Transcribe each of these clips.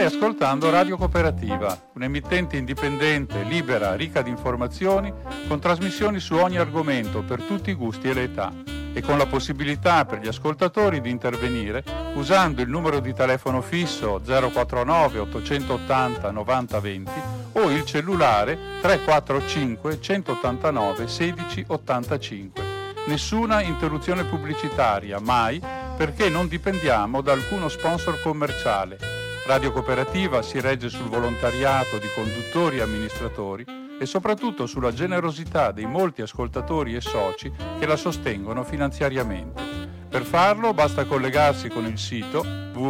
Stai ascoltando Radio Cooperativa, un'emittente indipendente, libera, ricca di informazioni, con trasmissioni su ogni argomento per tutti i gusti e le età, e con la possibilità per gli ascoltatori di intervenire usando il numero di telefono fisso 049 880 90 20 o il cellulare 345 189 16 85. Nessuna interruzione pubblicitaria, mai, perché non dipendiamo da alcuno sponsor commerciale. Radio Cooperativa si regge sul volontariato di conduttori e amministratori e soprattutto sulla generosità dei molti ascoltatori e soci che la sostengono finanziariamente. Per farlo basta collegarsi con il sito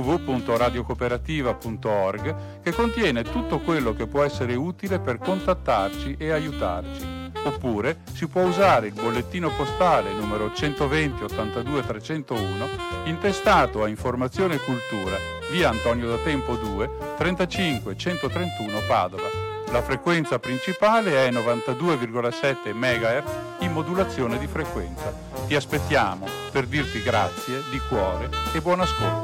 www.radiocooperativa.org, che contiene tutto quello che può essere utile per contattarci e aiutarci. Oppure si può usare il bollettino postale numero 120 82 301 intestato a Informazione e Cultura, via Antonio da Tempo 2, 35 131 Padova. La frequenza principale è 92,7 MHz in modulazione di frequenza. Ti aspettiamo per dirti grazie di cuore e buon ascolto.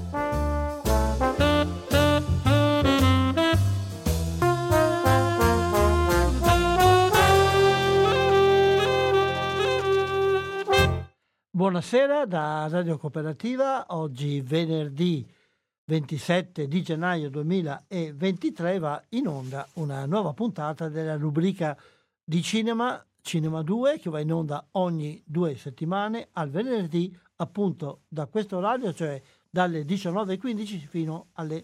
Buonasera da Radio Cooperativa. Oggi venerdì 27 di gennaio 2023 va in onda una nuova puntata della rubrica di Cinema 2, che va in onda ogni 2 settimane al venerdì, appunto da questo orario, cioè dalle 19.15 fino alle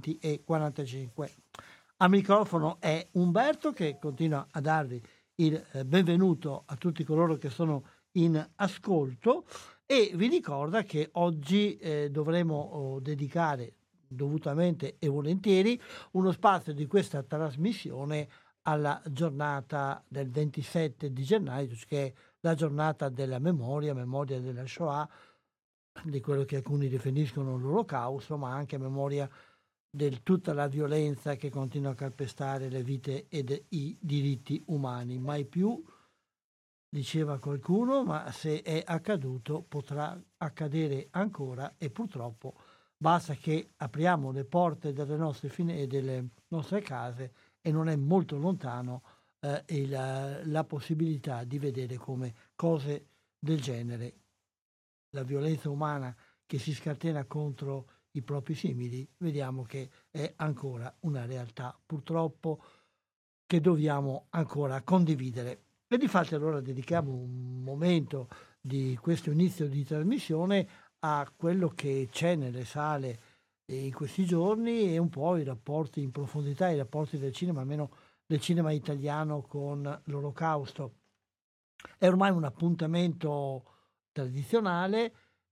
20.45. Al microfono è Umberto, che continua a darvi il benvenuto a tutti coloro che sono in ascolto, e vi ricorda che oggi dovremo dedicare dovutamente e volentieri uno spazio di questa trasmissione alla giornata del 27 di gennaio, che è la giornata della memoria della Shoah, di quello che alcuni definiscono l'Olocausto, ma anche memoria di tutta la violenza che continua a calpestare le vite ed i diritti umani. Mai più, diceva qualcuno, ma se è accaduto potrà accadere ancora, e purtroppo basta che apriamo le porte delle nostre delle nostre case e non è molto lontano la possibilità di vedere come cose del genere, la violenza umana che si scatena contro i propri simili, vediamo che è ancora una realtà, purtroppo, che dobbiamo ancora condividere. E difatti allora dedichiamo un momento di questo inizio di trasmissione a quello che c'è nelle sale in questi giorni e un po' i rapporti in profondità, i rapporti del cinema, almeno del cinema italiano, con l'Olocausto. È ormai un appuntamento tradizionale,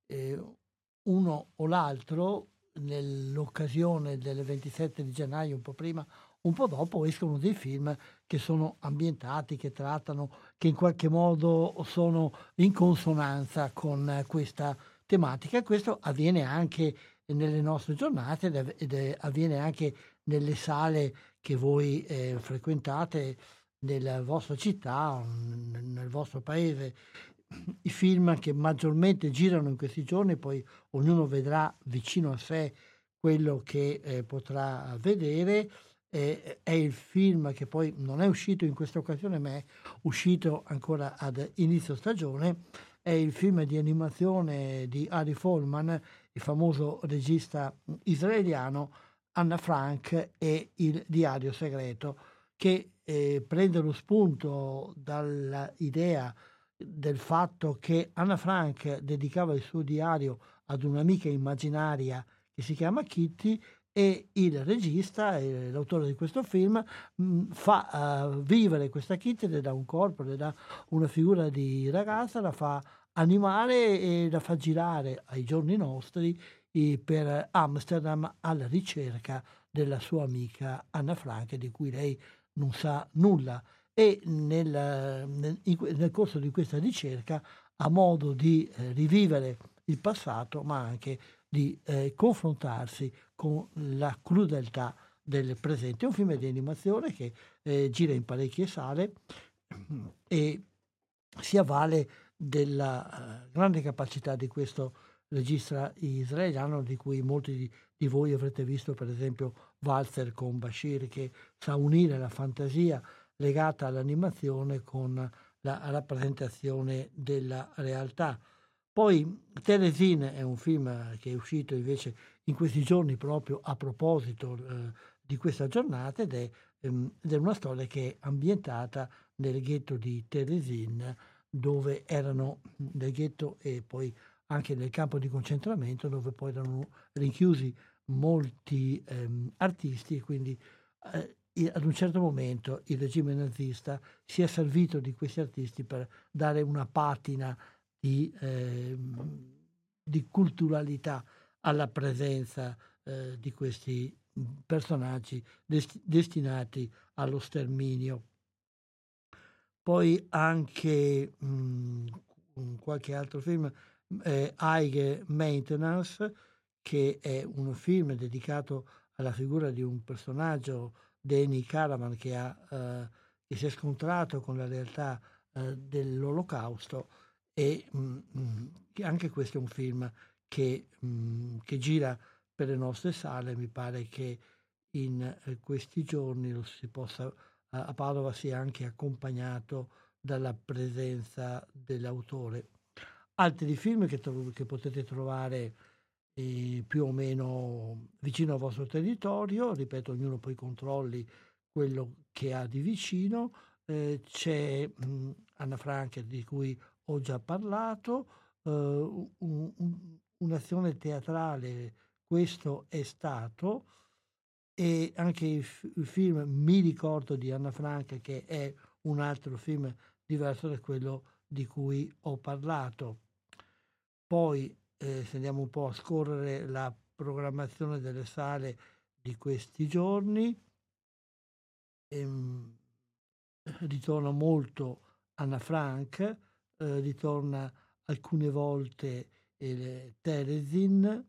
uno o l'altro, nell'occasione del 27 di gennaio, un po' prima, un po' dopo, escono dei film che sono ambientati, che trattano, che in qualche modo sono in consonanza con questa tematica. Questo avviene anche nelle nostre giornate ed avviene anche nelle sale che voi frequentate nella vostra città, nel vostro paese. I film che maggiormente girano in questi giorni, poi ognuno vedrà vicino a sé quello che potrà vedere. È il film che poi non è uscito in questa occasione, ma è uscito ancora ad inizio stagione. È il film di animazione di Ari Folman, il famoso regista israeliano, Anna Frank e il diario segreto, che prende lo spunto dall'idea del fatto che Anna Frank dedicava il suo diario ad un'amica immaginaria che si chiama Kitty, e il regista, l'autore di questo film, fa vivere questa Kitty, le dà un corpo, le dà una figura di ragazza, la fa animare e la fa girare ai giorni nostri per Amsterdam alla ricerca della sua amica Anna Frank, di cui lei non sa nulla. E nel corso di questa ricerca ha modo di rivivere il passato, ma anche di confrontarsi con la crudeltà del presente. È un film di animazione che gira in parecchie sale e si avvale della grande capacità di questo regista israeliano di cui molti di voi avrete visto per esempio Walzer con Bashir, che sa unire la fantasia legata all'animazione con la rappresentazione della realtà. Poi Teresin è un film che è uscito invece in questi giorni proprio a proposito di questa giornata ed è una storia che è ambientata nel ghetto di Teresin, dove erano nel ghetto e poi anche nel campo di concentramento, dove poi erano rinchiusi molti artisti e quindi ad un certo momento il regime nazista si è servito di questi artisti per dare una patina di culturalità alla presenza di questi personaggi destinati allo sterminio. Poi anche qualche altro film, High Maintenance, che è un film dedicato alla figura di un personaggio, Danny Caravan, che si è scontrato con la realtà dell'Olocausto e anche questo è un film che gira per le nostre sale. Mi pare che in questi giorni lo si possa a Padova sia anche accompagnato dalla presenza dell'autore. Altri film che potete trovare più o meno vicino al vostro territorio, ripeto, ognuno poi controlli quello che ha di vicino. C'è Anna Frank, di cui ho già parlato, un'azione teatrale, Questo è stato, e anche il film Mi ricordo di Anna Frank, che è un altro film diverso da quello di cui ho parlato. Poi se andiamo un po' a scorrere la programmazione delle sale di questi giorni, ritorna molto Anna Frank, ritorna alcune volte Terezin,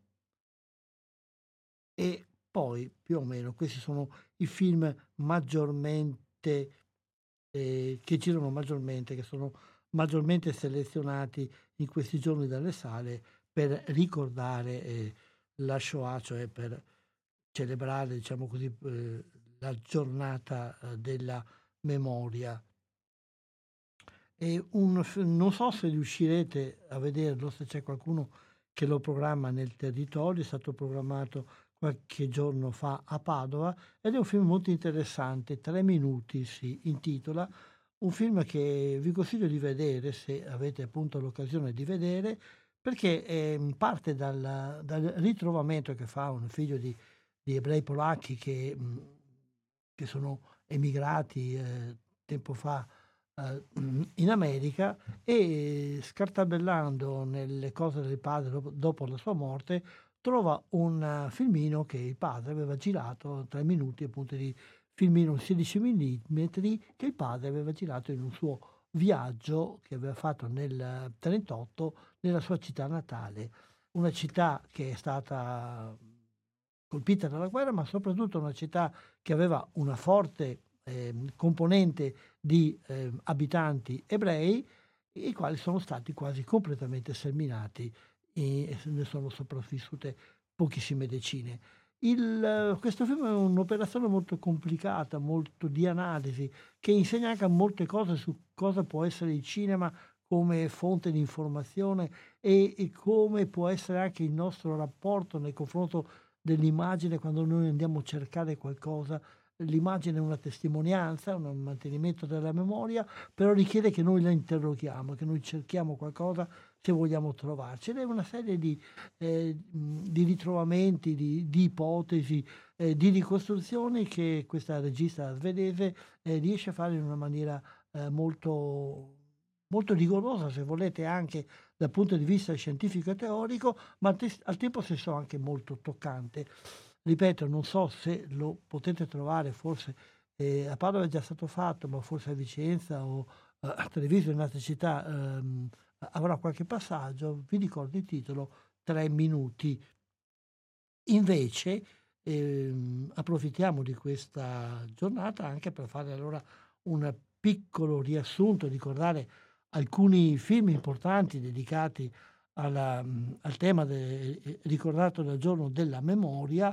e poi più o meno questi sono i film maggiormente che girano maggiormente, che sono maggiormente selezionati in questi giorni dalle sale per ricordare la Shoah, cioè per celebrare, diciamo così, la giornata della memoria. Non so se riuscirete a vederlo, se c'è qualcuno che lo programma nel territorio, è stato programmato qualche giorno fa a Padova ed è un film molto interessante, 3 minuti si intitola, un film che vi consiglio di vedere se avete appunto l'occasione di vedere, perché parte dal ritrovamento che fa un figlio di ebrei polacchi che sono emigrati tempo fa in America, e scartabellando nelle cose del padre dopo la sua morte trova un filmino che il padre aveva girato, 3 minuti appunto di filmino 16 millimetri che il padre aveva girato in un suo viaggio che aveva fatto nel 1938 nella sua città natale, una città che è stata colpita dalla guerra, ma soprattutto una città che aveva una forte componente di abitanti ebrei, i quali sono stati quasi completamente sterminati e ne sono sopravvissute pochissime decine. Questo film è un'operazione molto complicata, molto di analisi, che insegna anche molte cose su cosa può essere il cinema come fonte di informazione e come può essere anche il nostro rapporto nei confronto dell'immagine quando noi andiamo a cercare qualcosa. L'immagine è una testimonianza, un mantenimento della memoria, però richiede che noi la interroghiamo, che noi cerchiamo qualcosa se vogliamo trovarci. Ed è una serie di ritrovamenti, di ipotesi, di ricostruzioni che questa regista svedese riesce a fare in una maniera molto, molto rigorosa, se volete, anche dal punto di vista scientifico e teorico, ma al tempo stesso anche molto toccante. Ripeto, non so se lo potete trovare, forse a Padova è già stato fatto, ma forse a Vicenza o a Treviso, in altre città, avrà qualche passaggio. Vi ricordo il titolo, 3 minuti. Invece approfittiamo di questa giornata anche per fare allora un piccolo riassunto, ricordare alcuni film importanti dedicati al tema ricordato dal giorno della memoria,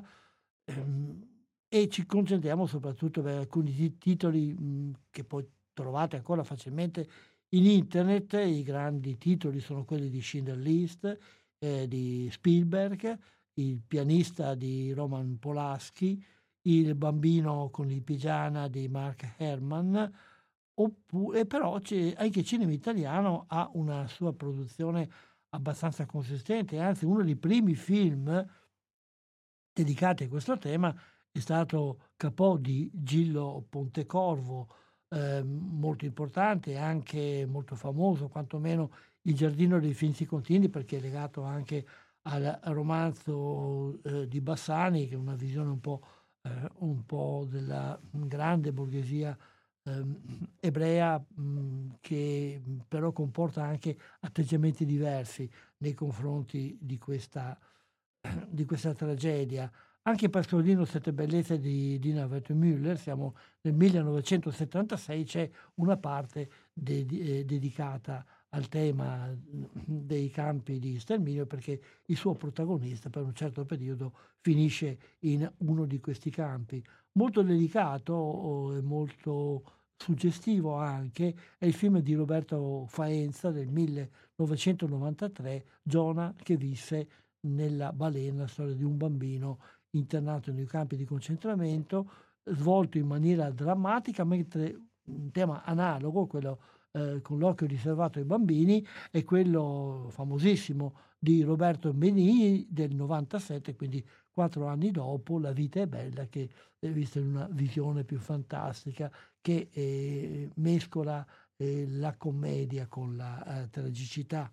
e ci concentriamo soprattutto per alcuni titoli che poi trovate ancora facilmente in internet. I grandi titoli sono quelli di Schindler List, di Spielberg, Il pianista di Roman Polanski, Il bambino con il pigiama di Mark Herman, e però anche il cinema italiano ha una sua produzione abbastanza consistente, anzi uno dei primi film dedicati a questo tema è stato Capò di Gillo Pontecorvo, molto importante e anche molto famoso, quantomeno Il giardino dei finzi contini, perché è legato anche al romanzo di Bassani, che è una visione un po' della grande borghesia ebrea, che però comporta anche atteggiamenti diversi nei confronti di questa tragedia. Anche Pastorino Sette bellezze di Dina Wertmüller, siamo nel 1976, c'è una parte dedicata al tema dei campi di sterminio, perché il suo protagonista per un certo periodo finisce in uno di questi campi. Molto delicato e molto suggestivo anche è il film di Roberto Faenza del 1993, Giona che visse nella balena, storia di un bambino internato nei campi di concentramento, svolto in maniera drammatica, mentre un tema analogo, quello con l'occhio riservato ai bambini, è quello famosissimo di Roberto Benigni del 97, quindi 4 anni dopo, La vita è bella, che è vista in una visione più fantastica, che mescola la commedia con la tragicità.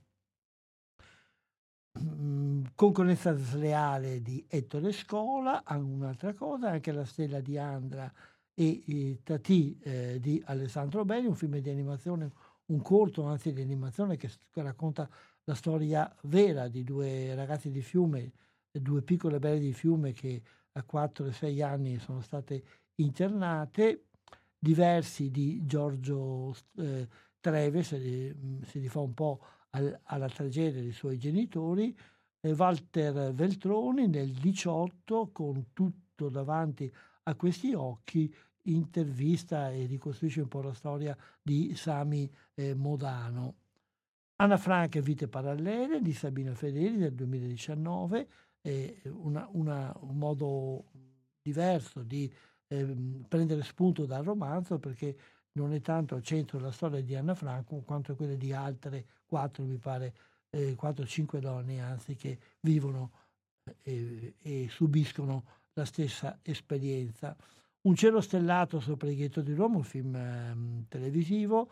Concorrenza sleale di Ettore Scola, un'altra cosa, anche La stella di Andra e Tati di Alessandro Belli, un film di animazione, un corto anzi di animazione che racconta la storia vera di due ragazzi di Fiume, due piccole belle di Fiume che a 4 e 6 anni sono state internate. Diversi di Giorgio Treves, si rifà un po' alla tragedia dei suoi genitori, Walter Veltroni nel 18, con tutto davanti a questi occhi, intervista e ricostruisce un po' la storia di Sami Modano. Anna Frank e Vite parallele di Sabina Fedeli del 2019, un modo diverso di prendere spunto dal romanzo, perché non è tanto al centro la storia di Anna Frank quanto quella di altre 4, mi pare, 4-5 donne, anzi, che vivono e subiscono la stessa esperienza. Un cielo stellato sopra il ghetto di Roma, un film televisivo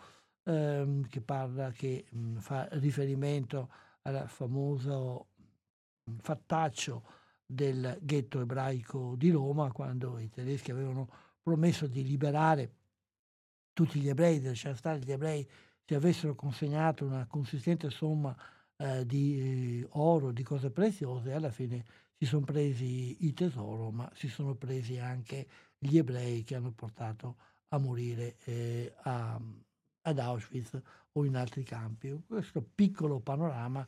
che fa riferimento al famoso fattaccio del ghetto ebraico di Roma, quando i tedeschi avevano promesso di liberare tutti gli ebrei, di lasciare stare gli ebrei se avessero consegnato una consistente somma di oro, di cose preziose. Alla fine si sono presi il tesoro, ma si sono presi anche gli ebrei, che hanno portato a morire ad Auschwitz o in altri campi. Questo piccolo panorama,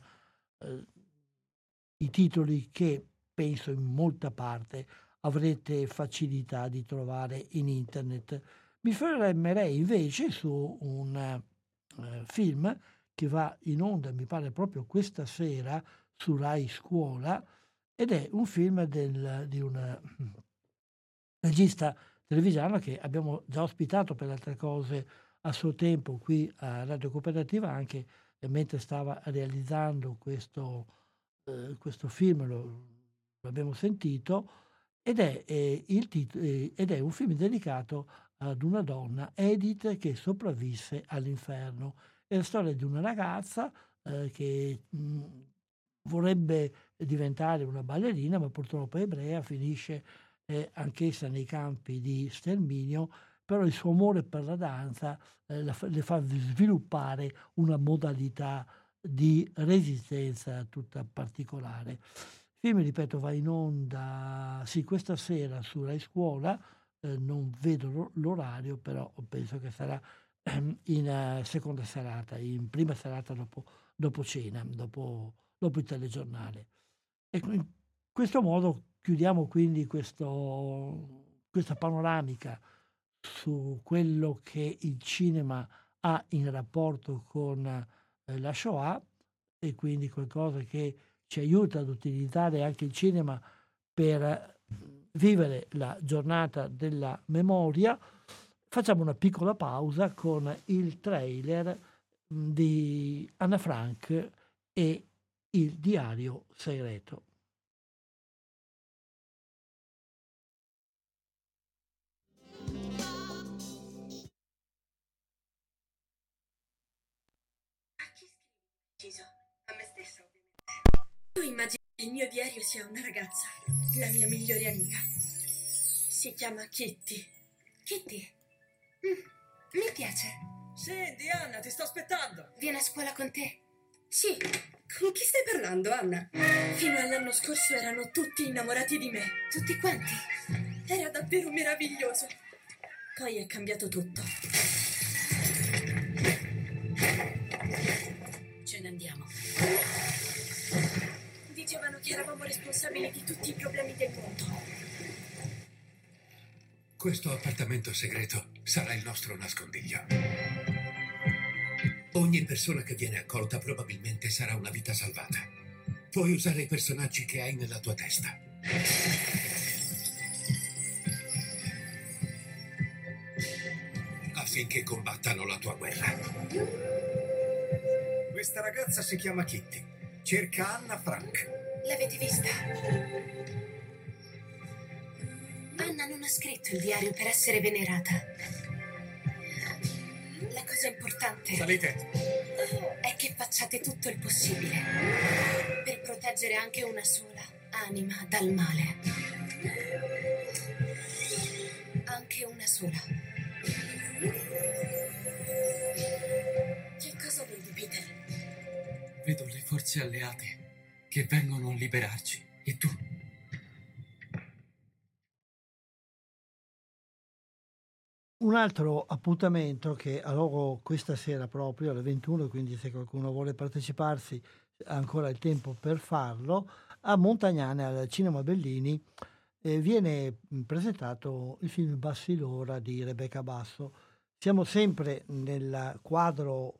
i titoli che penso in molta parte avrete facilità di trovare in internet. Mi fermerei invece su un film che va in onda, mi pare proprio questa sera, su Rai Scuola, ed è un film di un regista televisiano che abbiamo già ospitato per altre cose a suo tempo qui a Radio Cooperativa, anche mentre stava realizzando questo film, l'abbiamo sentito, ed è un film dedicato ad una donna, Edith, che sopravvisse all'inferno. È la storia di una ragazza che vorrebbe diventare una ballerina, ma purtroppo è ebrea, finisce anch'essa nei campi di sterminio, però il suo amore per la danza le fa sviluppare una modalità di resistenza tutta particolare. Il film, ripeto, va in onda sì questa sera su Rai Scuola, non vedo l'orario, però penso che sarà in seconda serata, in prima serata dopo cena, dopo dopo il telegiornale. E in questo modo chiudiamo quindi questa panoramica su quello che il cinema ha in rapporto con la Shoah, e quindi qualcosa che ci aiuta ad utilizzare anche il cinema per vivere la giornata della memoria. Facciamo una piccola pausa con il trailer di Anna Frank e il diario segreto. A me stessa, ovviamente. Io immagino che il mio diario sia una ragazza, la mia migliore amica. Si chiama Kitty. Kitty? Mi piace. Scendi, Anna, ti sto aspettando. Viene a scuola con te? Sì. Con chi stai parlando, Anna? Fino all'anno scorso erano tutti innamorati di me. Tutti quanti? Era davvero meraviglioso. Poi è cambiato tutto. Ce ne andiamo. Dicevano che eravamo responsabili di tutti i problemi del mondo. Questo appartamento segreto sarà il nostro nascondiglio. Ogni persona che viene accolta probabilmente sarà una vita salvata. Puoi usare i personaggi che hai nella tua testa. Affinché combattano la tua guerra. Questa ragazza si chiama Kitty. Cerca Anna Frank. L'avete vista? Anna non ha scritto il diario per essere venerata. La cosa importante Salite. è che facciate tutto il possibile per proteggere anche una sola anima dal male. Anche una sola. Che cosa vedi, Peter? Vedo le forze alleate che vengono a liberarci. E tu? Un altro appuntamento che avrò questa sera proprio alle 21, quindi se qualcuno vuole parteciparsi ha ancora il tempo per farlo, a Montagnane al Cinema Bellini viene presentato il film Bassilora di Rebecca Basso. Siamo sempre nel quadro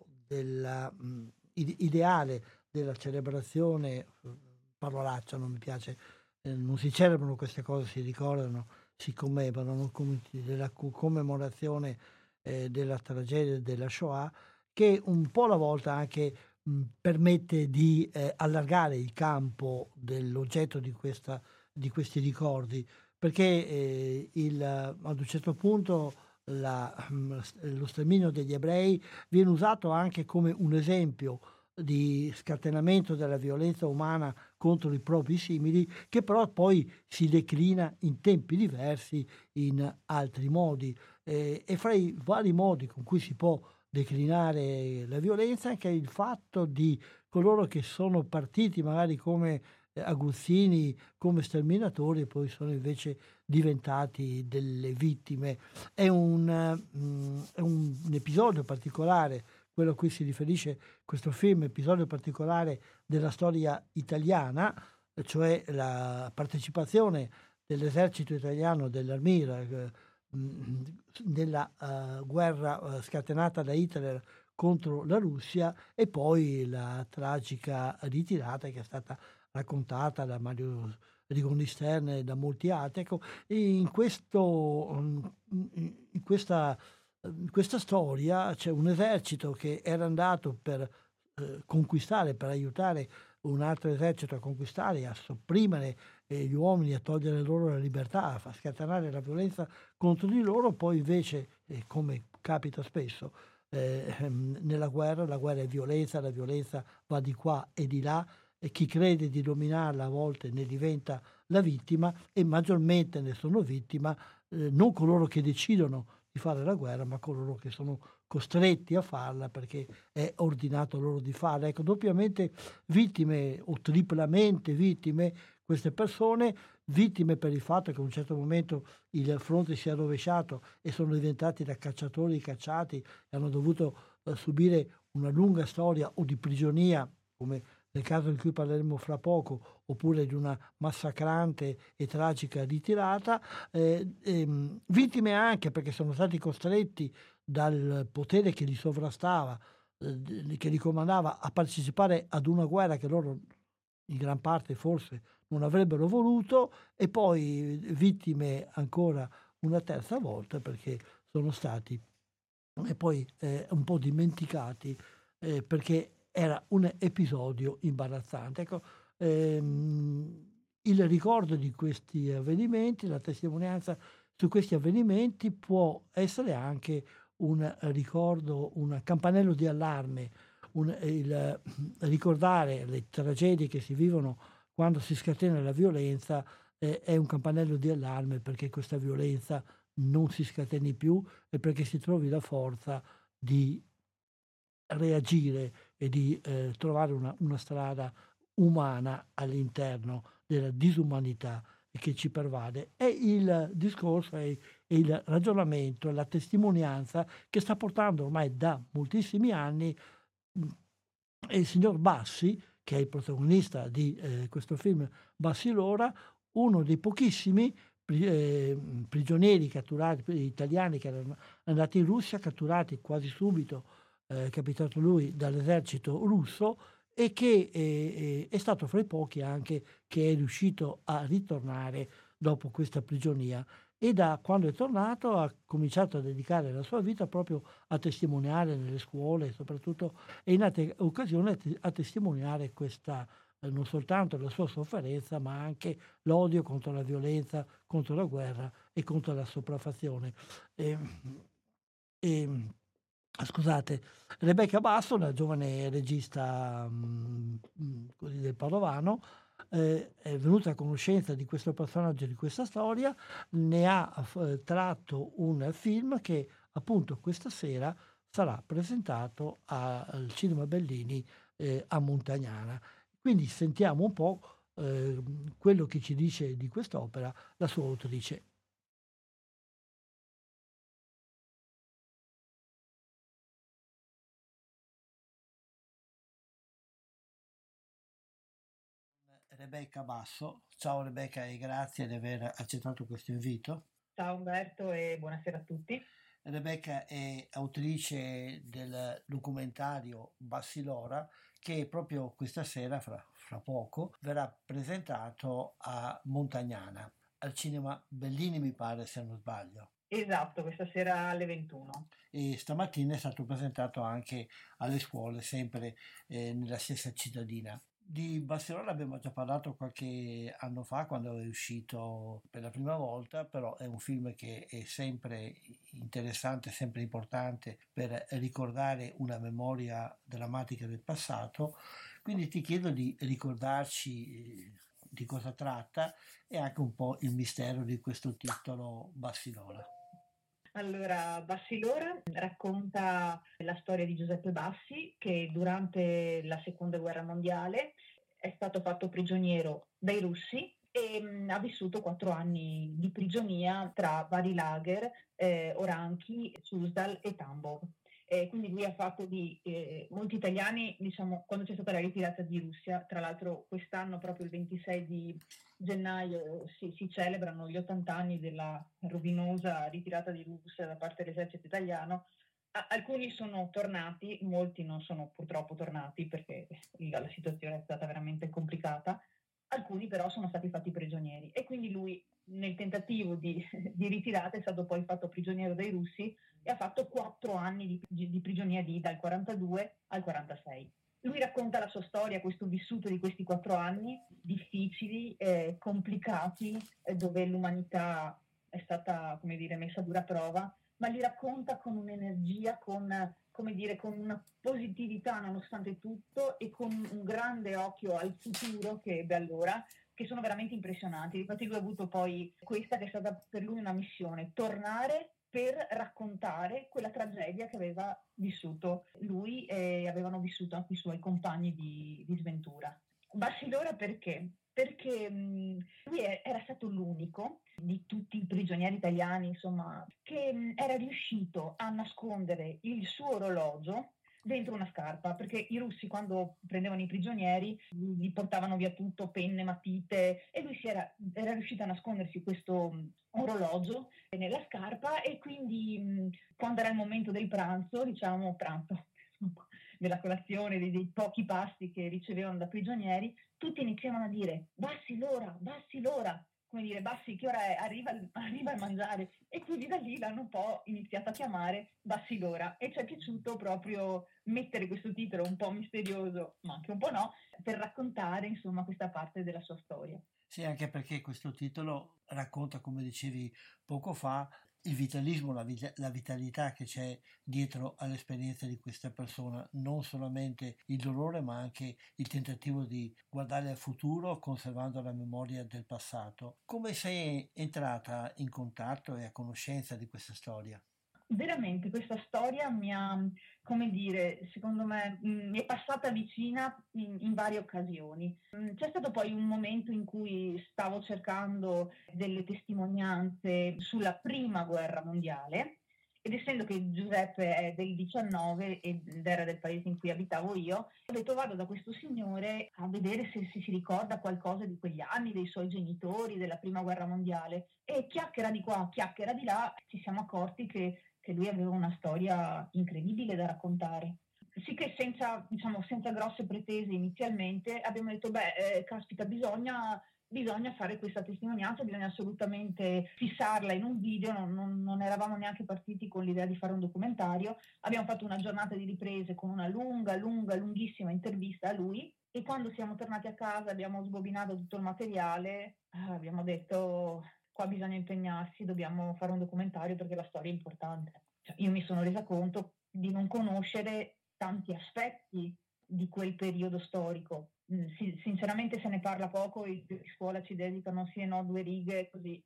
ideale della celebrazione, parolaccia, non mi piace, non si celebrano queste cose, si ricordano, si commemorano, della commemorazione della tragedia della Shoah, che un po' alla volta anche permette di allargare il campo dell'oggetto di questi ricordi, perché ad un certo punto lo sterminio degli ebrei viene usato anche come un esempio di scatenamento della violenza umana contro i propri simili, che però poi si declina in tempi diversi in altri modi, e fra i vari modi con cui si può declinare la violenza anche il fatto di coloro che sono partiti magari come aguzzini, come sterminatori, e poi sono invece diventati delle vittime. È un episodio particolare quello a cui si riferisce questo film, episodio particolare della storia italiana, cioè la partecipazione dell'esercito italiano, dell'Armira, nella guerra scatenata da Hitler contro la Russia, e poi la tragica ritirata che è stata raccontata da Mario Rigoni Stern e da molti altri. Ecco, in questa storia c'è un esercito che era andato per conquistare, per aiutare un altro esercito a conquistare, a sopprimere gli uomini, a togliere loro la libertà, a far scatenare la violenza contro di loro. Poi invece, come capita spesso nella guerra, la guerra è violenza, la violenza va di qua e di là, e chi crede di dominarla a volte ne diventa la vittima, e maggiormente ne sono vittima non coloro che decidono di fare la guerra, ma coloro che sono costretti a farla perché è ordinato loro di farla. Ecco, doppiamente vittime o triplamente vittime queste persone, vittime per il fatto che a un certo momento il fronte si è rovesciato e sono diventati da cacciatori cacciati e hanno dovuto subire una lunga storia o di prigionia, come nel caso di cui parleremo fra poco, oppure di una massacrante e tragica ritirata, vittime anche perché sono stati costretti dal potere che li sovrastava, che li comandava, a partecipare ad una guerra che loro in gran parte forse non avrebbero voluto, e poi vittime ancora una terza volta perché sono stati e poi un po' dimenticati perché era un episodio imbarazzante. Ecco, il ricordo di questi avvenimenti, la testimonianza su questi avvenimenti può essere anche un ricordo, un campanello di allarme, ricordare le tragedie che si vivono quando si scatena la violenza è un campanello di allarme perché questa violenza non si scateni più e perché si trovi la forza di reagire e di trovare una strada umana all'interno della disumanità che ci pervade. È il discorso, è il ragionamento, è la testimonianza che sta portando ormai da moltissimi anni il signor Bassi, che è il protagonista di questo film Bassi Lora, uno dei pochissimi prigionieri catturati italiani che erano andati in Russia, catturati quasi subito, capitato lui dall'esercito russo, e che è stato fra i pochi anche che è riuscito a ritornare dopo questa prigionia, e da quando è tornato ha cominciato a dedicare la sua vita proprio a testimoniare nelle scuole, soprattutto, e in altre occasioni a testimoniare questa non soltanto la sua sofferenza, ma anche l'odio contro la violenza, contro la guerra e contro la sopraffazione. Scusate, Rebecca Basso, una giovane regista così del Padovano, è venuta a conoscenza di questo personaggio, di questa storia, ne ha tratto un film che appunto questa sera sarà presentato al Cinema Bellini a Montagnana. Quindi sentiamo un po' quello che ci dice di quest'opera la sua autrice. Rebecca Basso. Ciao Rebecca e grazie di aver accettato questo invito. Ciao Umberto e buonasera a tutti. Rebecca è autrice del documentario Bassi Lora, che proprio questa sera, fra poco, verrà presentato a Montagnana, al Cinema Bellini mi pare, se non sbaglio. Esatto, questa sera alle 21. E stamattina è stato presentato anche alle scuole, sempre nella stessa cittadina. Di Bassi Lora abbiamo già parlato qualche anno fa quando è uscito per la prima volta, però è un film che è sempre interessante, sempre importante per ricordare una memoria drammatica del passato. Quindi ti chiedo di ricordarci di cosa tratta e anche un po' il mistero di questo titolo Bassi Lora. Allora, Bassi Lora racconta la storia di Giuseppe Bassi, che durante la Seconda Guerra Mondiale è stato fatto prigioniero dai russi e ha vissuto 4 anni di prigionia tra vari lager, Oranchi, Suzdal e Tambov. Quindi lui ha fatto di molti italiani, diciamo, quando c'è stata la ritirata di Russia, tra l'altro quest'anno proprio il 26 di gennaio si celebrano gli 80 anni della rovinosa ritirata di Russia da parte dell'esercito italiano. Alcuni sono tornati, molti non sono purtroppo tornati perché la situazione è stata veramente complicata, alcuni però sono stati fatti prigionieri e quindi lui nel tentativo di ritirata è stato poi fatto prigioniero dai russi e ha fatto 4 anni di prigionia dal 42 al 46. Lui racconta la sua storia, questo vissuto di questi 4 anni difficili, complicati, dove l'umanità è stata, come dire, messa a dura prova, ma li racconta con un'energia, con, come dire, con una positività nonostante tutto e con un grande occhio al futuro che ebbe allora, che sono veramente impressionanti. Infatti lui ha avuto poi questa che è stata per lui una missione, tornare per raccontare quella tragedia che aveva vissuto lui e avevano vissuto anche i suoi compagni di sventura. Bassi Lora perché? Perché lui era stato l'unico di tutti i prigionieri italiani, insomma, che era riuscito a nascondere il suo orologio dentro una scarpa, perché i russi quando prendevano i prigionieri gli portavano via tutto, penne, matite, e lui era riuscito a nascondersi questo orologio nella scarpa, e quindi quando era il momento del pranzo, della colazione, dei pochi pasti che ricevevano da prigionieri, tutti iniziavano a dire bassi l'ora, come dire, Bassi, che ora è? Arriva il mangiare. E quindi da lì l'hanno un po' iniziato a chiamare Bassi l'ora, e ci è piaciuto proprio mettere questo titolo un po' misterioso, ma anche un po' no, per raccontare insomma questa parte della sua storia. Sì, anche perché questo titolo racconta, come dicevi poco fa, il vitalismo, la vitalità che c'è dietro all'esperienza di questa persona, non solamente il dolore, ma anche il tentativo di guardare al futuro conservando la memoria del passato. Come sei entrata in contatto e a conoscenza di questa storia? Veramente questa storia mi ha, come dire, secondo me, mi è passata vicina in varie occasioni. C'è stato poi un momento in cui stavo cercando delle testimonianze sulla prima guerra mondiale, ed essendo che Giuseppe è del 19 ed era del paese in cui abitavo io, ho detto vado da questo signore a vedere se si ricorda qualcosa di quegli anni, dei suoi genitori, della prima guerra mondiale. E chiacchiera di qua, chiacchiera di là, ci siamo accorti che lui aveva una storia incredibile da raccontare. Sì, che senza grosse pretese inizialmente abbiamo detto, caspita, bisogna fare questa testimonianza, bisogna assolutamente fissarla in un video, non eravamo neanche partiti con l'idea di fare un documentario. Abbiamo fatto una giornata di riprese con una lunghissima intervista a lui, e quando siamo tornati a casa abbiamo sbobinato tutto il materiale, abbiamo detto qua bisogna impegnarsi, dobbiamo fare un documentario perché la storia è importante. Cioè, io mi sono resa conto di non conoscere tanti aspetti di quel periodo storico. Sinceramente se ne parla poco, in scuola ci dedicano sì e no 2 righe così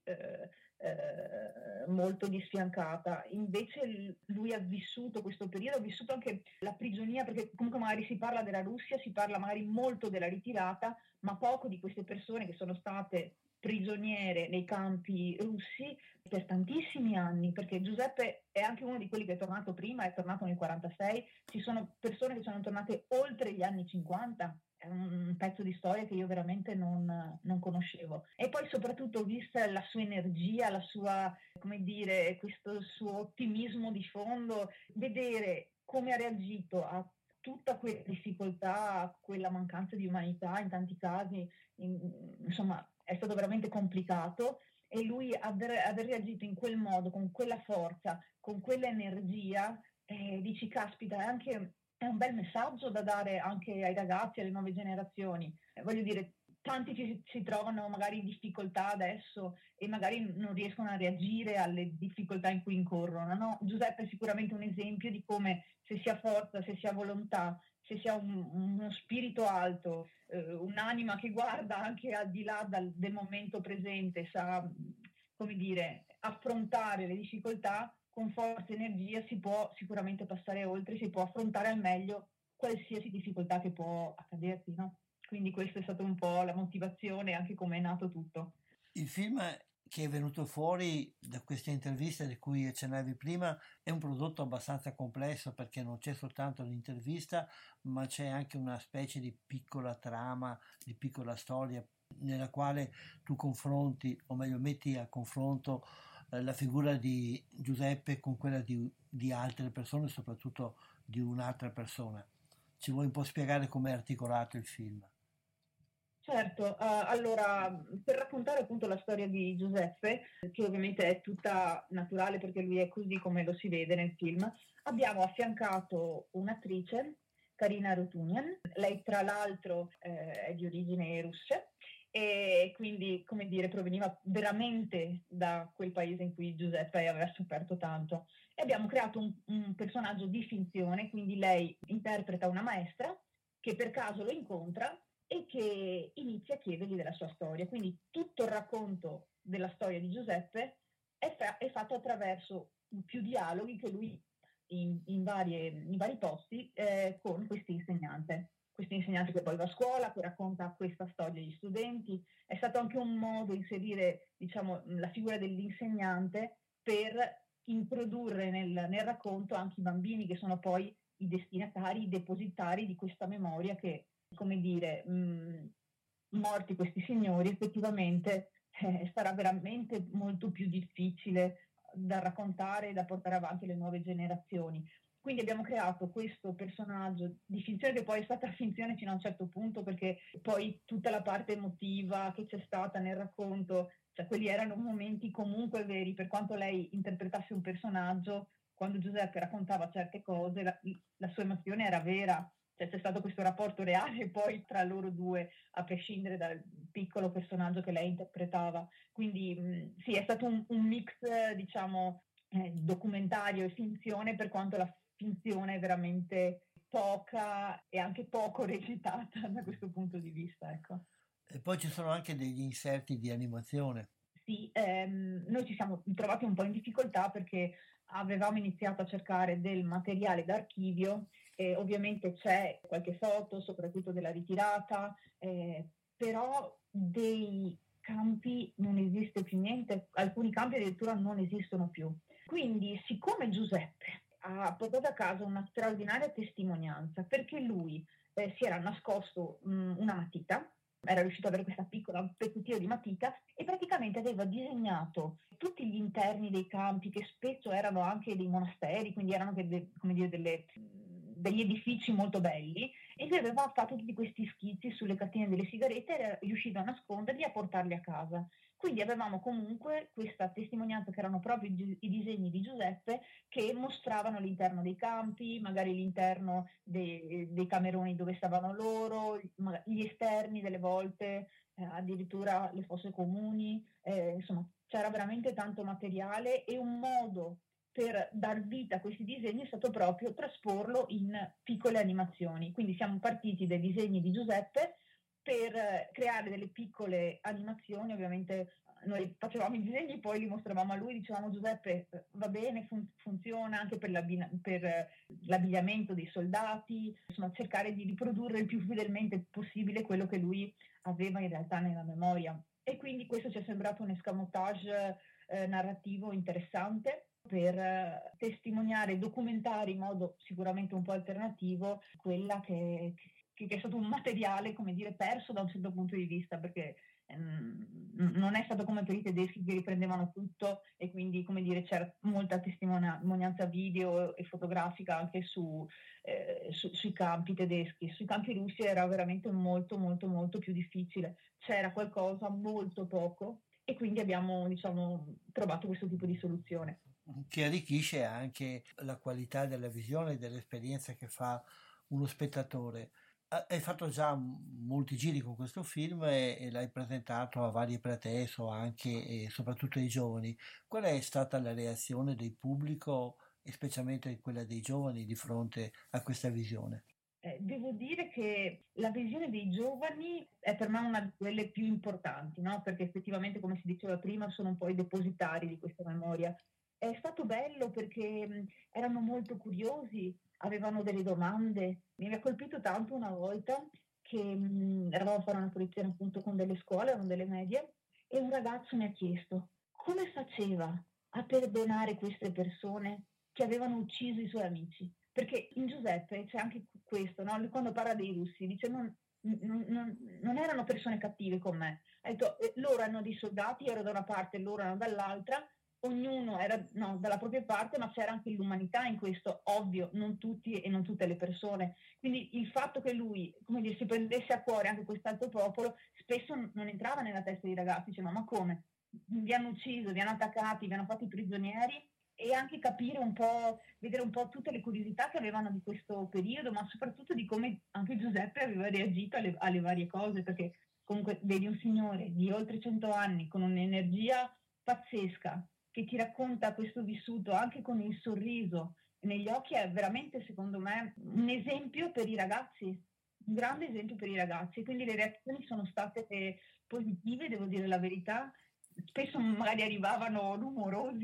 molto disfiancata. Invece lui ha vissuto questo periodo, ha vissuto anche la prigionia, perché comunque magari si parla della Russia, si parla magari molto della ritirata, ma poco di queste persone che sono state prigioniere nei campi russi per tantissimi anni, perché Giuseppe è anche uno di quelli che è tornato prima, è tornato nel 46, ci sono persone che sono tornate oltre gli anni 50, è un pezzo di storia che io veramente non conoscevo. E poi soprattutto vista la sua energia, la sua, come dire, questo suo ottimismo di fondo, vedere come ha reagito a tutta quella difficoltà, a quella mancanza di umanità in tanti casi, insomma è stato veramente complicato, e lui aver reagito in quel modo, con quella forza, con quella energia, dici caspita, è un bel messaggio da dare anche ai ragazzi, alle nuove generazioni. Voglio dire, tanti si trovano magari in difficoltà adesso e magari non riescono a reagire alle difficoltà in cui incorrono, no? Giuseppe è sicuramente un esempio di come se si ha forza, se si ha volontà, se si ha uno spirito alto, un'anima che guarda anche al di là del momento presente, sa, come dire, affrontare le difficoltà con forza e energia, si può sicuramente passare oltre, si può affrontare al meglio qualsiasi difficoltà che può accaderti, no? Quindi questa è stata un po' la motivazione, anche come è nato tutto. Il film che è venuto fuori da queste interviste di cui accennavi prima è un prodotto abbastanza complesso, perché non c'è soltanto l'intervista, ma c'è anche una specie di piccola trama, di piccola storia nella quale tu confronti, o meglio metti a confronto la figura di Giuseppe con quella di altre persone, soprattutto di un'altra persona. Ci vuoi un po' spiegare com'è articolato il film? Certo, allora per raccontare appunto la storia di Giuseppe, che ovviamente è tutta naturale perché lui è così come lo si vede nel film, abbiamo affiancato un'attrice, Karina Rotunian. Lei tra l'altro è di origini russe e quindi, come dire, proveniva veramente da quel paese in cui Giuseppe aveva sofferto tanto. E abbiamo creato un personaggio di finzione, quindi lei interpreta una maestra che per caso lo incontra e che inizia a chiedergli della sua storia. Quindi tutto il racconto della storia di Giuseppe è fatto attraverso più dialoghi che lui in vari posti con questa insegnante che poi va a scuola, che racconta questa storia agli studenti. È stato anche un modo di inserire, diciamo, la figura dell'insegnante per introdurre nel racconto anche i bambini, che sono poi i destinatari, i depositari di questa memoria che, come dire, morti questi signori, effettivamente sarà veramente molto più difficile da raccontare e da portare avanti alle nuove generazioni. Quindi abbiamo creato questo personaggio di finzione che poi è stata finzione fino a un certo punto, perché poi tutta la parte emotiva che c'è stata nel racconto, cioè quelli erano momenti comunque veri, per quanto lei interpretasse un personaggio, quando Giuseppe raccontava certe cose la sua emozione era vera, cioè c'è stato questo rapporto reale poi tra loro due, a prescindere dal piccolo personaggio che lei interpretava. Quindi sì, è stato un mix, diciamo, documentario e finzione, per quanto la finzione è veramente poca e anche poco recitata da questo punto di vista, ecco. E poi ci sono anche degli inserti di animazione. Sì, noi ci siamo trovati un po' in difficoltà perché avevamo iniziato a cercare del materiale d'archivio, ovviamente c'è qualche foto, soprattutto della ritirata, però dei campi non esiste più niente, alcuni campi addirittura non esistono più. Quindi, siccome Giuseppe ha portato a casa una straordinaria testimonianza, perché lui si era nascosto una matita, era riuscito ad avere questa piccola pezzettino di matita e praticamente aveva disegnato tutti gli interni dei campi, che spesso erano anche dei monasteri, quindi erano degli edifici molto belli, e lui aveva fatto tutti questi schizzi sulle cartine delle sigarette e era riuscito a nasconderli e a portarli a casa. Quindi avevamo comunque questa testimonianza che erano proprio i disegni di Giuseppe che mostravano l'interno dei campi, magari l'interno dei cameroni dove stavano loro, gli esterni delle volte, addirittura le fosse comuni, insomma c'era veramente tanto materiale, e un modo per dar vita a questi disegni è stato proprio trasporlo in piccole animazioni. Quindi siamo partiti dai disegni di Giuseppe per creare delle piccole animazioni. Ovviamente noi facevamo i disegni, poi li mostravamo a lui, dicevamo: Giuseppe, va bene, funziona anche per l'abbigliamento dei soldati, insomma cercare di riprodurre il più fedelmente possibile quello che lui aveva in realtà nella memoria. E quindi questo ci è sembrato un escamotage narrativo interessante per testimoniare e documentare in modo sicuramente un po' alternativo quella che è stato un materiale, come dire, perso da un certo punto di vista, perché non è stato come per i tedeschi che riprendevano tutto, e quindi, come dire, c'era molta testimonianza video e fotografica anche sui campi tedeschi. Sui campi russi era veramente molto molto molto più difficile, c'era qualcosa, molto poco, e quindi abbiamo, diciamo, trovato questo tipo di soluzione. Che arricchisce anche la qualità della visione e dell'esperienza che fa uno spettatore. Hai fatto già molti giri con questo film e l'hai presentato a varie platee, so anche e soprattutto ai giovani. Qual è stata la reazione del pubblico, e specialmente quella dei giovani, di fronte a questa visione? Devo dire che la visione dei giovani è per me una di quelle più importanti, no? Perché effettivamente, come si diceva prima, sono un po' i depositari di questa memoria. È stato bello perché erano molto curiosi, avevano delle domande. Mi aveva colpito tanto una volta che eravamo a fare una fruizione appunto con delle scuole, con delle medie, e un ragazzo mi ha chiesto come faceva a perdonare queste persone che avevano ucciso i suoi amici. Perché in Giuseppe c'è anche questo, no? Lui, quando parla dei russi, dice non erano persone cattive con me. Ha detto, loro erano dei soldati, ero da una parte, loro erano dall'altra, ognuno era dalla propria parte, ma c'era anche l'umanità in questo, ovvio, non tutti e non tutte le persone. Quindi il fatto che lui, come dire, si prendesse a cuore anche quest'altro popolo, spesso non entrava nella testa dei ragazzi, diceva: ma come? Vi hanno ucciso, vi hanno attaccati, vi hanno fatti prigionieri. E anche capire un po', vedere un po' tutte le curiosità che avevano di questo periodo, ma soprattutto di come anche Giuseppe aveva reagito alle varie cose, perché comunque vedi un signore di oltre 100 anni con un'energia pazzesca che ti racconta questo vissuto anche con il sorriso negli occhi. È veramente, secondo me, un esempio per i ragazzi, un grande esempio per i ragazzi. Quindi le reazioni sono state positive, devo dire la verità. Spesso magari arrivavano rumorosi,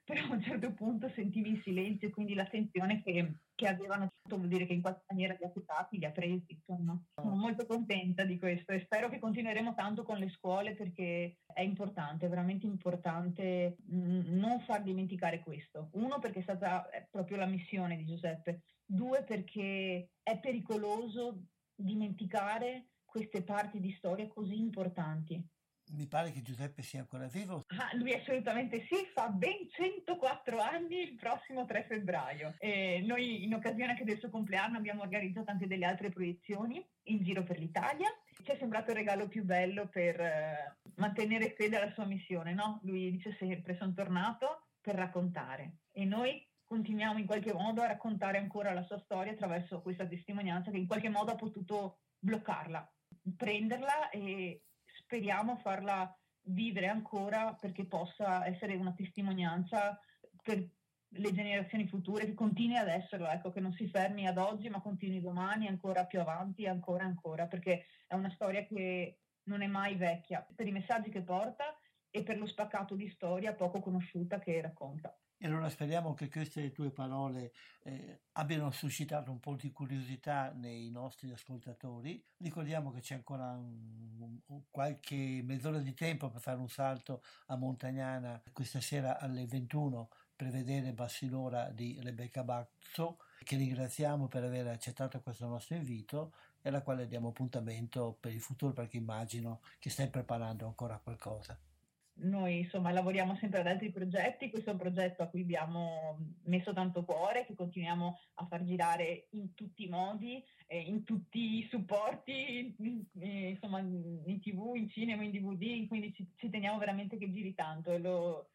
però a un certo punto sentivi il silenzio e quindi la tensione che avevano, vuol dire che in qualche maniera li ha toccati, li ha presi, insomma. Sono molto contenta di questo e spero che continueremo tanto con le scuole, perché è importante, è veramente importante non far dimenticare questo. Uno, perché è proprio la missione di Giuseppe. Due, perché è pericoloso dimenticare queste parti di storia così importanti. Mi pare che Giuseppe sia ancora vivo. Lui assolutamente sì, fa ben 104 anni il prossimo 3 febbraio. E noi in occasione anche del suo compleanno abbiamo organizzato anche delle altre proiezioni in giro per l'Italia. Ci è sembrato il regalo più bello per mantenere fede alla sua missione, no? Lui dice sempre: sono tornato per raccontare, e noi continuiamo in qualche modo a raccontare ancora la sua storia attraverso questa testimonianza che in qualche modo ha potuto bloccarla, prenderla e speriamo farla vivere ancora, perché possa essere una testimonianza per le generazioni future, che continui ad esserlo, ecco, che non si fermi ad oggi ma continui domani, ancora più avanti, ancora, perché è una storia che non è mai vecchia, per i messaggi che porta e per lo spaccato di storia poco conosciuta che racconta. E allora speriamo che queste tue parole abbiano suscitato un po' di curiosità nei nostri ascoltatori. Ricordiamo che c'è ancora qualche mezz'ora di tempo per fare un salto a Montagnana questa sera alle 21 per vedere Bassilora di Rebecca Bazzo, che ringraziamo per aver accettato questo nostro invito e alla quale diamo appuntamento per il futuro, perché immagino che stai preparando ancora qualcosa. Noi insomma lavoriamo sempre ad altri progetti, questo è un progetto a cui abbiamo messo tanto cuore, che continuiamo a far girare in tutti i modi, in tutti i supporti, insomma in TV, in cinema, in DVD, quindi ci teniamo veramente che giri tanto e lo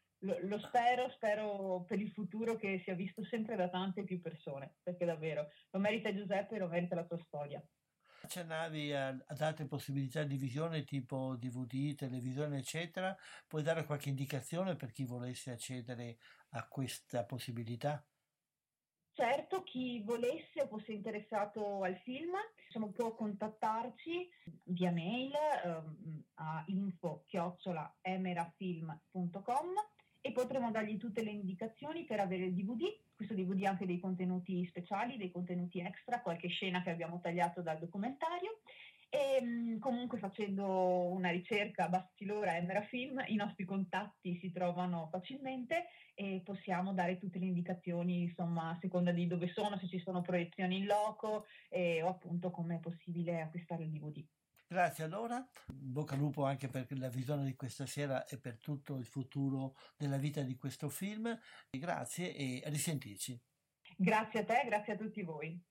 spero per il futuro che sia visto sempre da tante più persone, perché davvero lo merita Giuseppe e lo merita la tua storia. Accennavi ad altre possibilità di visione tipo DVD, televisione eccetera, puoi dare qualche indicazione per chi volesse accedere a questa possibilità? Certo, chi volesse o fosse interessato al film può contattarci via mail a info@emerafilm.com e potremo dargli tutte le indicazioni per avere il DVD. Questo DVD ha anche dei contenuti speciali, dei contenuti extra, qualche scena che abbiamo tagliato dal documentario. E comunque, facendo una ricerca Bassilora Emera Film, i nostri contatti si trovano facilmente e possiamo dare tutte le indicazioni, insomma, a seconda di dove sono, se ci sono proiezioni in loco o appunto come è possibile acquistare il DVD. Grazie allora, bocca al lupo anche per la visione di questa sera e per tutto il futuro della vita di questo film. Grazie e a risentirci. Grazie a te, grazie a tutti voi.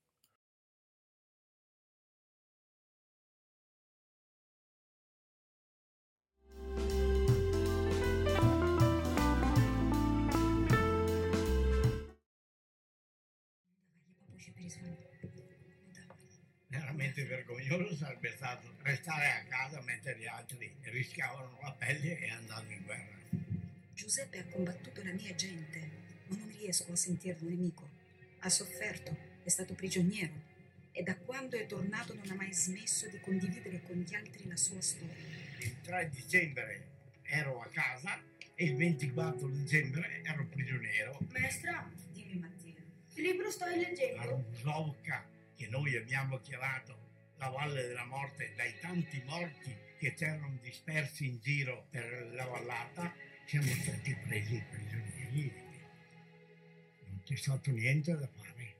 Veramente vergognoso sarebbe stato restare a casa mentre gli altri rischiavano la pelle e andavano in guerra. Giuseppe ha combattuto la mia gente, ma non riesco a sentirlo nemico. Ha sofferto, è stato prigioniero e da quando è tornato non ha mai smesso di condividere con gli altri la sua storia. Il 3 dicembre ero a casa e il 24 dicembre ero prigioniero. Maestra, Dimmi Mattia. che libro stai La leggendo? Rusovka, che noi abbiamo chiamato la Valle della Morte, dai tanti morti che c'erano dispersi in giro per la vallata, siamo stati presi prigionieri. Non c'è stato niente da fare.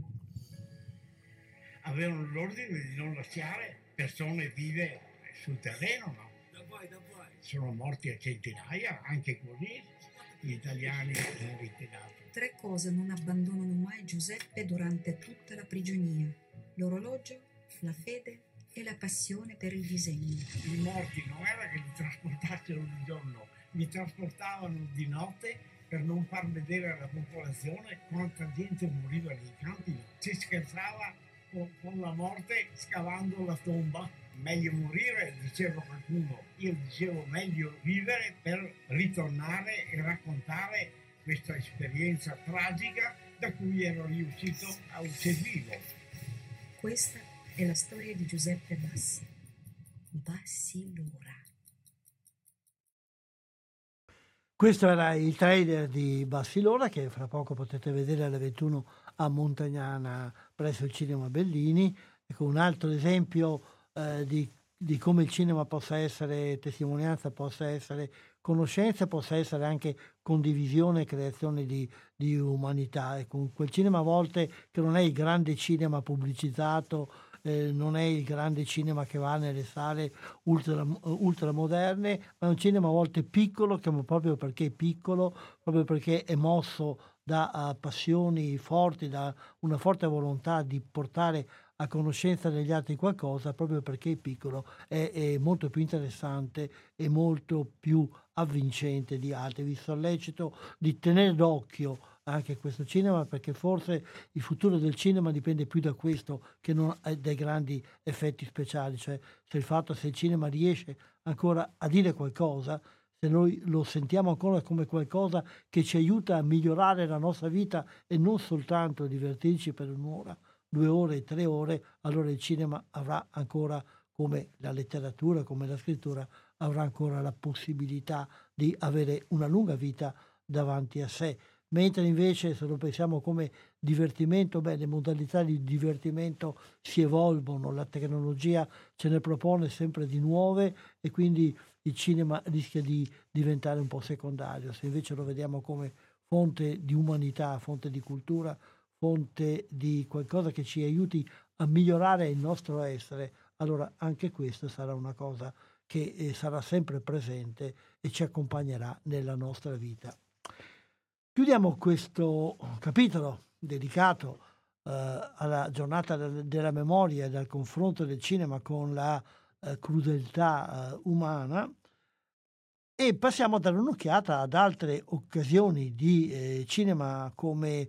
Avevano l'ordine di non lasciare persone vive sul terreno, no? Sono morti a centinaia, anche così gli italiani hanno ritirato. 3 cose non abbandonano mai Giuseppe durante tutta la prigionia: l'orologio, la fede e la passione per il disegno. I morti non era che li trasportassero di giorno, li trasportavano di notte per non far vedere alla popolazione quanta gente moriva nei campi. Si scherzava con la morte scavando la tomba. Meglio morire, diceva qualcuno. Io dicevo meglio vivere per ritornare e raccontare questa esperienza tragica da cui ero riuscito a uscire vivo. Questa è la storia di Giuseppe Bassi. Bassilora. Questo era il trailer di Barcellona che fra poco potete vedere alle 21 a Montagnana presso il Cinema Bellini. Ecco, un altro esempio di come il cinema possa essere testimonianza, possa essere conoscenza, possa essere anche condivisione e creazione di umanità. Ecco, quel cinema a volte che non è il grande cinema pubblicizzato, non è il grande cinema che va nelle sale ultramoderne, ma è un cinema a volte piccolo, che proprio perché è piccolo, proprio perché è mosso da passioni forti, da una forte volontà di portare a conoscenza degli altri qualcosa, proprio perché è piccolo, è molto più interessante e molto più avvincente di altri. Vi sollecito di tenere d'occhio anche questo cinema, perché forse il futuro del cinema dipende più da questo che non dai grandi effetti speciali, cioè se il cinema riesce ancora a dire qualcosa, se noi lo sentiamo ancora come qualcosa che ci aiuta a migliorare la nostra vita e non soltanto a divertirci per un'ora, 2 ore, 3 ore, allora il cinema avrà ancora, come la letteratura, come la scrittura, avrà ancora la possibilità di avere una lunga vita davanti a sé. Mentre invece, se lo pensiamo come divertimento, le modalità di divertimento si evolvono, la tecnologia ce ne propone sempre di nuove e quindi il cinema rischia di diventare un po' secondario. Se invece lo vediamo come fonte di umanità, fonte di cultura, fonte di qualcosa che ci aiuti a migliorare il nostro essere, allora anche questo sarà una cosa che sarà sempre presente e ci accompagnerà nella nostra vita. Chiudiamo questo capitolo dedicato alla giornata della memoria e al confronto del cinema con la crudeltà umana e passiamo a dare un'occhiata ad altre occasioni di cinema come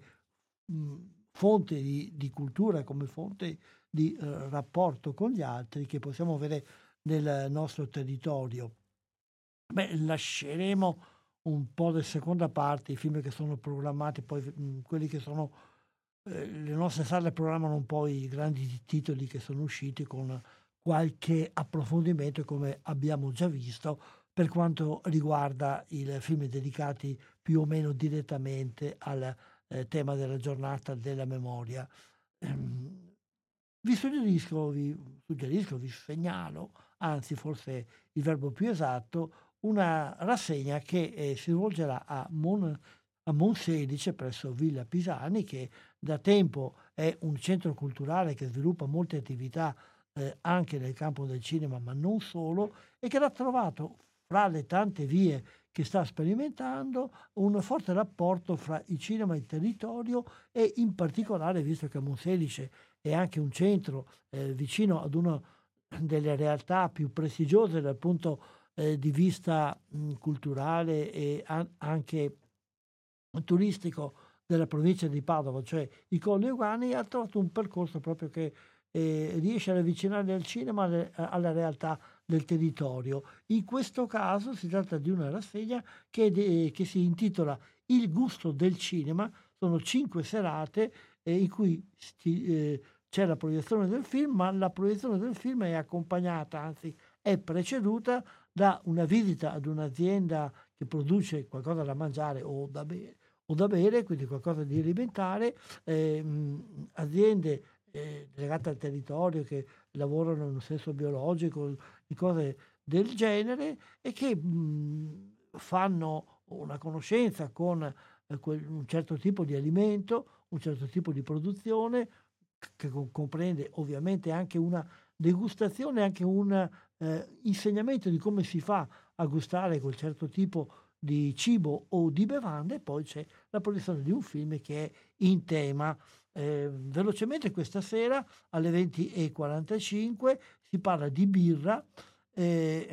fonte di cultura, come fonte di rapporto con gli altri che possiamo avere nel nostro territorio. Lasceremo un po' di seconda parte i film che sono programmati, poi quelli che sono le nostre sale programmano un po' i grandi titoli che sono usciti con qualche approfondimento, come abbiamo già visto, per quanto riguarda i film dedicati più o meno direttamente al tema della giornata della memoria. Vi suggerisco, vi segnalo, anzi forse il verbo più esatto, una rassegna che si svolgerà a Monselice presso Villa Pisani, che da tempo è un centro culturale che sviluppa molte attività anche nel campo del cinema, ma non solo, e che ha trovato fra le tante vie che sta sperimentando un forte rapporto fra il cinema e il territorio e in particolare, visto che Monselice è anche un centro vicino ad una delle realtà più prestigiose dal punto di vista culturale e anche turistico della provincia di Padova, cioè i Colli Euganei, ha trovato un percorso proprio che riesce ad avvicinare il cinema alla realtà del territorio. In questo caso si tratta di una rassegna che si intitola Il gusto del cinema. Sono 5 serate in cui c'è la proiezione del film, ma la proiezione del film è accompagnata, anzi è preceduta da una visita ad un'azienda che produce qualcosa da mangiare o da bere, quindi qualcosa di alimentare, aziende legate al territorio che lavorano in un senso biologico, di cose del genere e che fanno una conoscenza con un certo tipo di alimento, un certo tipo di produzione che comprende ovviamente anche una degustazione, anche un insegnamento di come si fa a gustare quel certo tipo di cibo o di bevande, e poi c'è la proiezione di un film che è in tema. Velocemente questa sera alle 20:45 si parla di birra e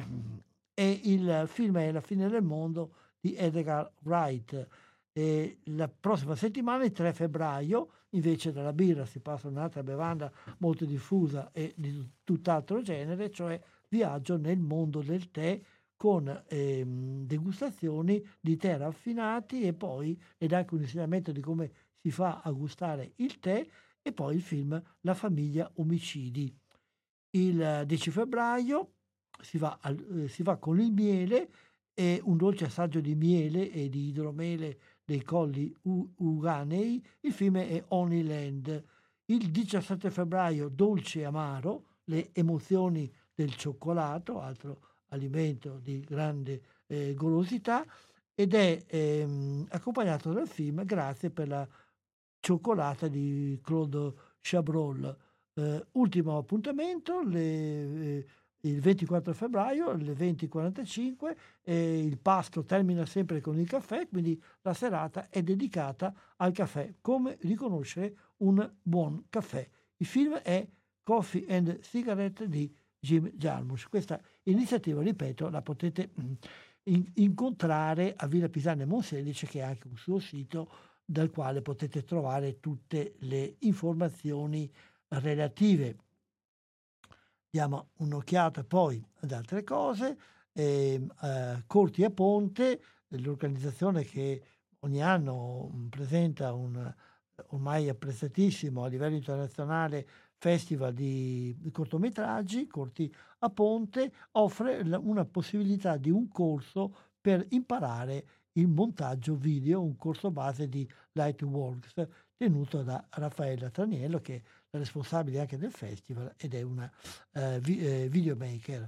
il film è La fine del mondo di Edgar Wright. La prossima settimana, il 3 febbraio, invece dalla birra si passa a un'altra bevanda molto diffusa e di tutt'altro genere, cioè Viaggio nel mondo del tè, con degustazioni di tè raffinati ed anche un insegnamento di come si fa a gustare il tè, e poi il film La famiglia omicidi. Il 10 febbraio si va con il miele e Un dolce assaggio di miele e di idromele dei colli Uganei. Il film è Honeyland. Il 17 febbraio Dolce e amaro, le emozioni del cioccolato, altro alimento di grande golosità, ed è accompagnato dal film Grazie per la cioccolata di Claude Chabrol. Ultimo appuntamento, il 24 febbraio alle 20:45, il pasto termina sempre con il caffè, quindi la serata è dedicata al caffè, come riconoscere un buon caffè. Il film è Coffee and Cigarette di Jim Jarmusch. Questa iniziativa, ripeto, la potete incontrare a Villa Pisana e Monselice, che è anche un suo sito dal quale potete trovare tutte le informazioni relative. Diamo un'occhiata poi ad altre cose. Corti a Ponte, l'organizzazione che ogni anno presenta un ormai apprezzatissimo a livello internazionale festival di cortometraggi. Corti a Ponte offre una possibilità di un corso per imparare il montaggio video, un corso base di Lightworks tenuto da Raffaella Traniello, che è la responsabile anche del festival ed è una videomaker.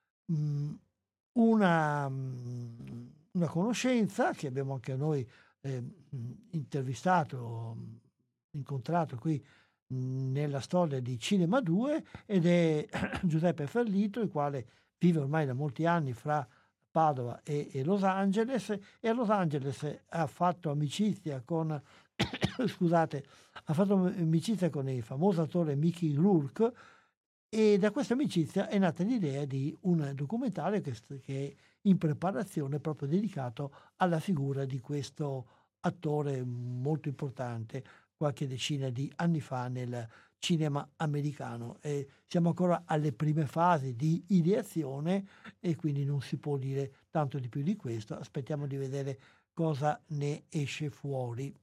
Una conoscenza che abbiamo anche noi intervistato, incontrato qui nella storia di Cinema 2, ed è Giuseppe Ferlito, il quale vive ormai da molti anni fra Padova e Los Angeles, e a Los Angeles ha fatto amicizia con scusate, ha fatto amicizia con il famoso attore Mickey Rourke, e da questa amicizia è nata l'idea di un documentario che è in preparazione, proprio dedicato alla figura di questo attore molto importante, qualche decina di anni fa nel cinema americano. E siamo ancora alle prime fasi di ideazione e quindi non si può dire tanto di più di questo. Aspettiamo di vedere cosa ne esce fuori.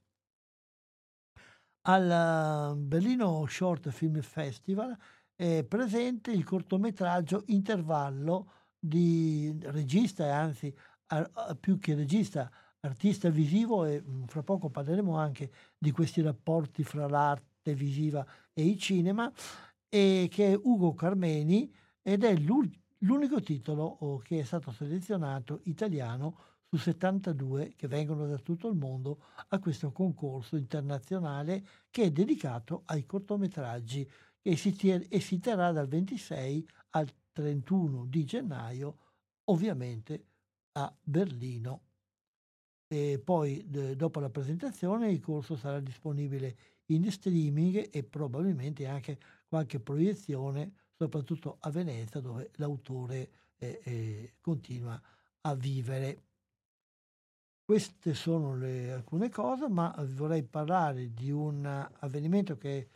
Al Berlino Short Film Festival è presente il cortometraggio Intervallo di regista, e anzi più che regista, artista visivo, e fra poco parleremo anche di questi rapporti fra l'arte visiva e il cinema, e che è Ugo Carmeni, ed è l'unico titolo che è stato selezionato italiano su 72 che vengono da tutto il mondo a questo concorso internazionale, che è dedicato ai cortometraggi, e si terrà dal 26 al 31 di gennaio, ovviamente a Berlino. E poi dopo la presentazione il corso sarà disponibile in streaming e probabilmente anche qualche proiezione, soprattutto a Venezia, dove l'autore continua a vivere. Queste sono alcune cose, ma vorrei parlare di un avvenimento che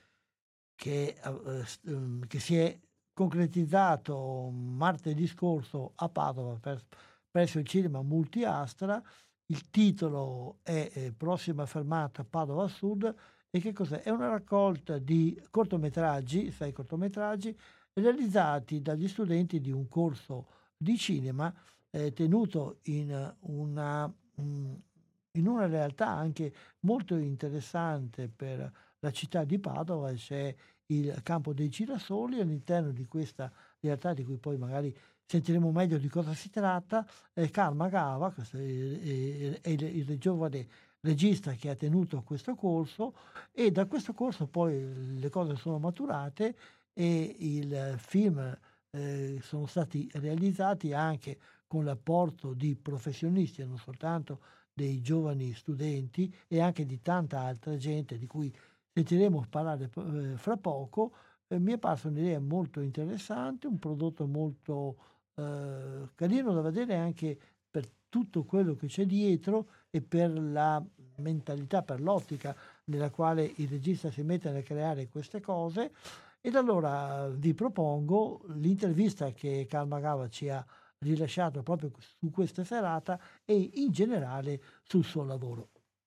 si è concretizzato martedì scorso a Padova presso il cinema Multiastra. Il titolo è Prossima fermata Padova Sud. E che cos'è? È una raccolta di cortometraggi, 6 cortometraggi, realizzati dagli studenti di un corso di cinema tenuto in una realtà anche molto interessante per la città di Padova. C'è il Campo dei Girasoli. All'interno di questa realtà, di cui poi magari sentiremo meglio di cosa si tratta, Karma Gava, questo è il giovane regista che ha tenuto questo corso, e da questo corso poi le cose sono maturate e il film sono stati realizzati anche con l'apporto di professionisti, non soltanto dei giovani studenti, e anche di tanta altra gente di cui sentiremo parlare fra poco. Mi è parsa un'idea molto interessante, un prodotto molto carino da vedere anche per tutto quello che c'è dietro e per la mentalità, per l'ottica nella quale il regista si mette a creare queste cose. Ed allora vi propongo l'intervista che Karma Gava ci ha rilasciato proprio su questa serata e in generale sul suo lavoro.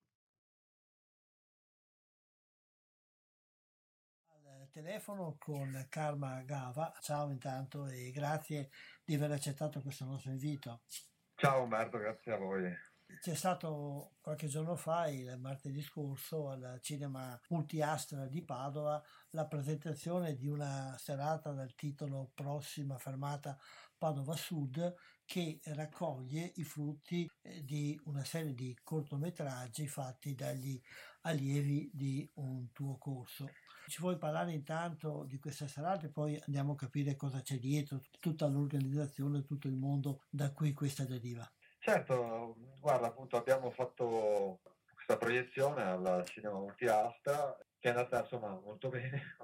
Al telefono con Karma Gava. Ciao intanto e grazie di aver accettato questo nostro invito. Ciao Umberto, grazie a voi. C'è stato qualche giorno fa, il martedì scorso, al Cinema Multiastra di Padova, la presentazione di una serata dal titolo Prossima fermata Padova Sud, che raccoglie i frutti di una serie di cortometraggi fatti dagli allievi di un tuo corso. Ci vuoi parlare intanto di questa serata e poi andiamo a capire cosa c'è dietro, tutta l'organizzazione, tutto il mondo da cui questa deriva? Certo, guarda, appunto abbiamo fatto questa proiezione al Cinema Multiastra che è andata insomma molto bene,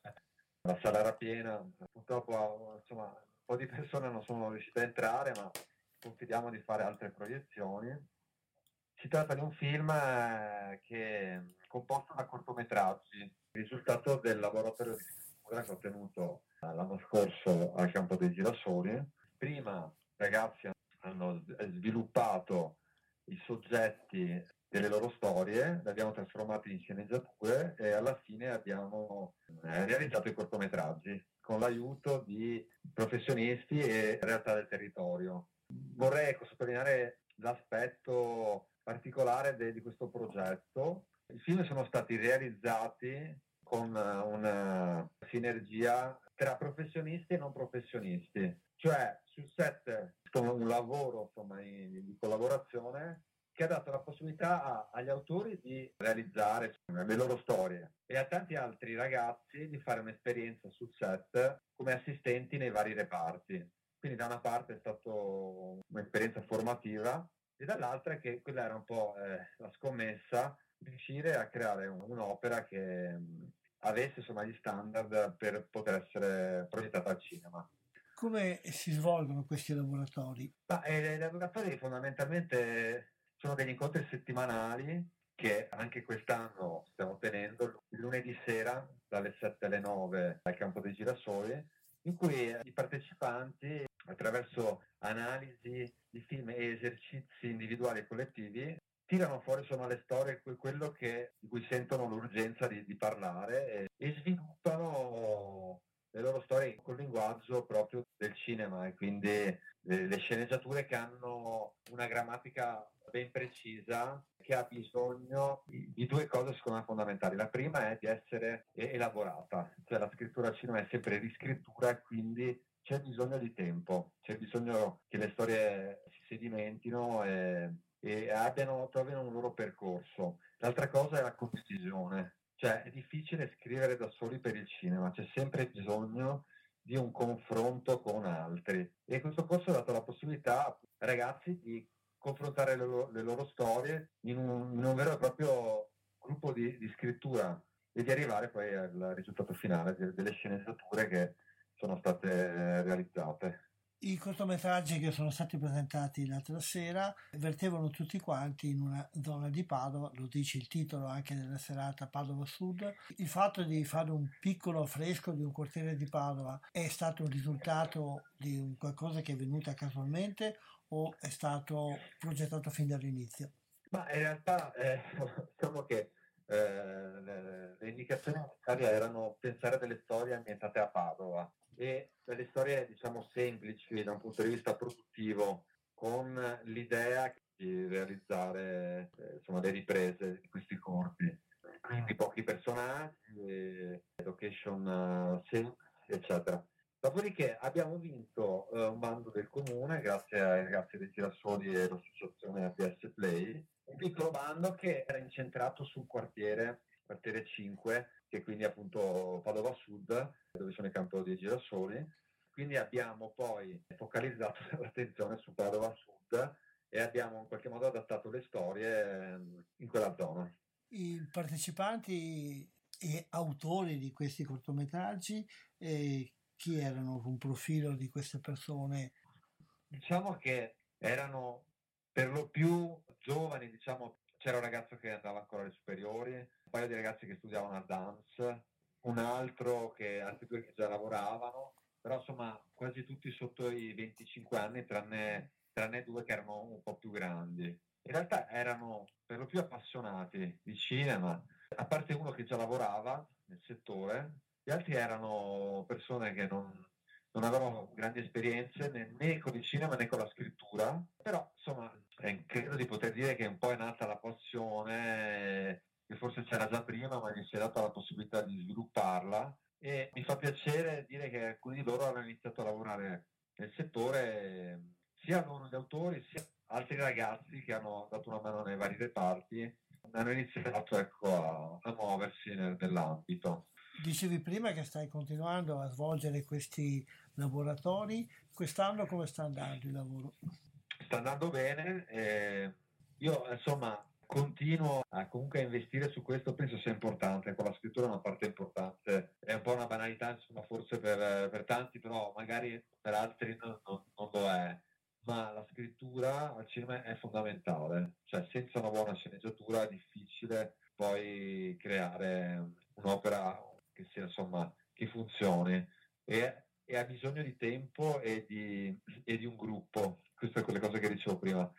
la sala era piena, purtroppo insomma un po' di persone non sono riuscite a entrare, ma confidiamo di fare altre proiezioni. Si tratta di un film che è composto da cortometraggi, risultato del laboratorio di scrittura che ho tenuto l'anno scorso al Campo dei Girasoli. Prima ragazzi hanno sviluppato i soggetti delle loro storie, li abbiamo trasformati in sceneggiature e alla fine abbiamo realizzato i cortometraggi con l'aiuto di professionisti e realtà del territorio. Vorrei sottolineare l'aspetto particolare di questo progetto. I film sono stati realizzati con una sinergia tra professionisti e non professionisti, cioè sul set un lavoro insomma, di collaborazione che ha dato la possibilità agli autori di realizzare le loro storie e a tanti altri ragazzi di fare un'esperienza sul set come assistenti nei vari reparti. Quindi da una parte è stata un'esperienza formativa e dall'altra che quella era un po' la scommessa, riuscire a creare un'opera che avesse insomma gli standard per poter essere proiettata al cinema. Come si svolgono questi laboratori? I laboratori fondamentalmente sono degli incontri settimanali che anche quest'anno stiamo tenendo il lunedì sera dalle 7 alle 9 al Campo dei Girasoli, in cui i partecipanti attraverso analisi di film e esercizi individuali e collettivi tirano fuori insomma le storie, quello di cui sentono l'urgenza di parlare e sviluppano le loro storie con il linguaggio proprio del cinema e quindi le sceneggiature che hanno una grammatica ben precisa che ha bisogno di due cose secondo me fondamentali. La prima è di essere elaborata, cioè la scrittura al cinema è sempre riscrittura e quindi c'è bisogno di tempo, c'è bisogno che le storie si sedimentino e trovino un loro percorso. L'altra cosa è la condivisione, cioè è difficile scrivere da soli per il cinema, c'è sempre bisogno di un confronto con altri e questo corso ha dato la possibilità ai ragazzi di confrontare le loro storie in un vero e proprio gruppo di scrittura e di arrivare poi al risultato finale delle sceneggiature che sono state realizzate. I cortometraggi che sono stati presentati l'altra sera vertevano tutti quanti in una zona di Padova, lo dice il titolo anche della serata Padova Sud. Il fatto di fare un piccolo affresco di un quartiere di Padova è stato un risultato di qualcosa che è venuta casualmente o è stato progettato fin dall'inizio? Ma in realtà diciamo che le indicazioni iniziali erano pensare delle storie ambientate a Padova e delle storie diciamo semplici da un punto di vista produttivo con l'idea di realizzare insomma le riprese di questi corpi, quindi pochi personaggi, location semplici eccetera. Dopodiché abbiamo vinto un bando del comune grazie ai ragazzi dei Girasoli e l'associazione APS Play, un piccolo bando che era incentrato sul quartiere 5, che quindi è appunto Padova Sud, dove sono i Campo dei Girasoli. Quindi abbiamo poi focalizzato l'attenzione su Padova Sud e abbiamo in qualche modo adattato le storie in quella zona. I partecipanti e autori di questi cortometraggi, chi erano, un profilo di queste persone? Diciamo che erano per lo più giovani, diciamo, c'era un ragazzo che andava ancora alle superiori, un paio di ragazzi che studiavano a dance, un altro altri due che già lavoravano, però insomma quasi tutti sotto i 25 anni, tranne due che erano un po' più grandi. In realtà erano per lo più appassionati di cinema, a parte uno che già lavorava nel settore, gli altri erano persone che non non avevano grandi esperienze né con il cinema né con la scrittura, però insomma credo di poter dire che un po' è nata la passione, che forse c'era già prima, ma mi si è data la possibilità di svilupparla, e mi fa piacere dire che alcuni di loro hanno iniziato a lavorare nel settore, sia loro gli autori, sia altri ragazzi che hanno dato una mano nei vari reparti, hanno iniziato a muoversi nell'ambito. Dicevi prima che stai continuando a svolgere questi laboratori. Quest'anno come sta andando il lavoro? Sta andando bene, io insomma continuo comunque a investire su questo, penso sia importante, con la scrittura è una parte importante, è un po' una banalità insomma forse per tanti, però magari per altri non lo è, ma la scrittura al cinema è fondamentale, cioè senza una buona sceneggiatura è difficile poi creare un'opera che sia insomma che funzioni, e ha bisogno di tempo e di un gruppo. Queste sono quelle cose che dicevo prima.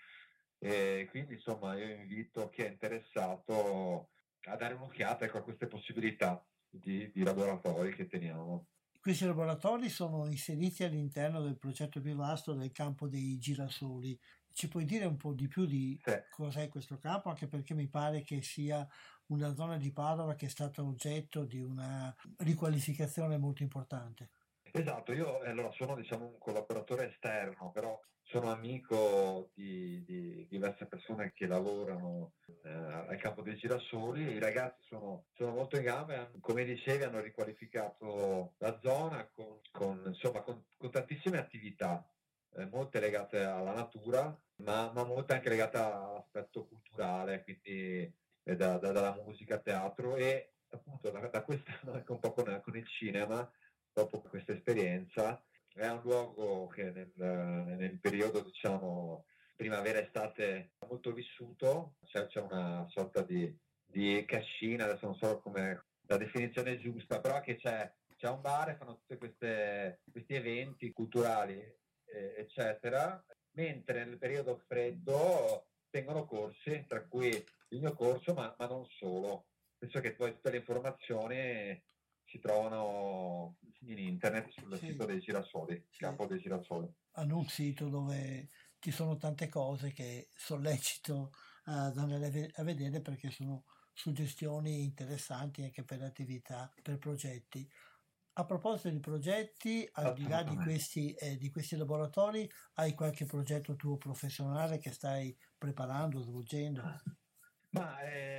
E quindi insomma io invito chi è interessato a dare un'occhiata, ecco, a queste possibilità di laboratori che teniamo. Questi laboratori sono inseriti all'interno del progetto più vasto del campo dei girasoli. Ci puoi dire un po' di più di cos'è questo campo? Anche perché mi pare che sia una zona di Padova che è stata oggetto di una riqualificazione molto importante. Esatto, io allora sono diciamo un collaboratore esterno, però sono amico di diverse persone che lavorano al campo dei girasoli. I ragazzi sono molto in gamba, come dicevi hanno riqualificato la zona con tantissime attività, molte legate alla natura, ma molte anche legate all'aspetto culturale, quindi dalla musica al teatro, e appunto da quest'anno anche un po' con il cinema. Dopo questa esperienza è un luogo che nel periodo diciamo primavera-estate è molto vissuto, c'è una sorta di cascina, adesso non so come la definizione giusta, però che c'è un bar e fanno tutti questi eventi culturali eccetera, mentre nel periodo freddo tengono corsi, tra cui il mio corso, ma non solo. Penso che poi tutte le informazioni si trovano in internet sul sito dei girasoli, campo dei girasoli. Hanno un sito dove ci sono tante cose che sollecito ad andare a vedere, perché sono suggestioni interessanti anche per attività, per progetti. A proposito di progetti, al di là di questi laboratori, hai qualche progetto tuo professionale che stai preparando, svolgendo? Ma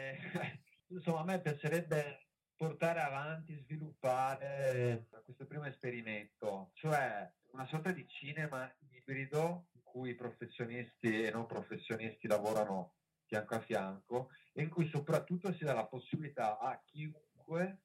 insomma a me piacerebbe portare avanti, sviluppare questo primo esperimento, cioè una sorta di cinema ibrido in cui professionisti e non professionisti lavorano fianco a fianco, e in cui soprattutto si dà la possibilità a chiunque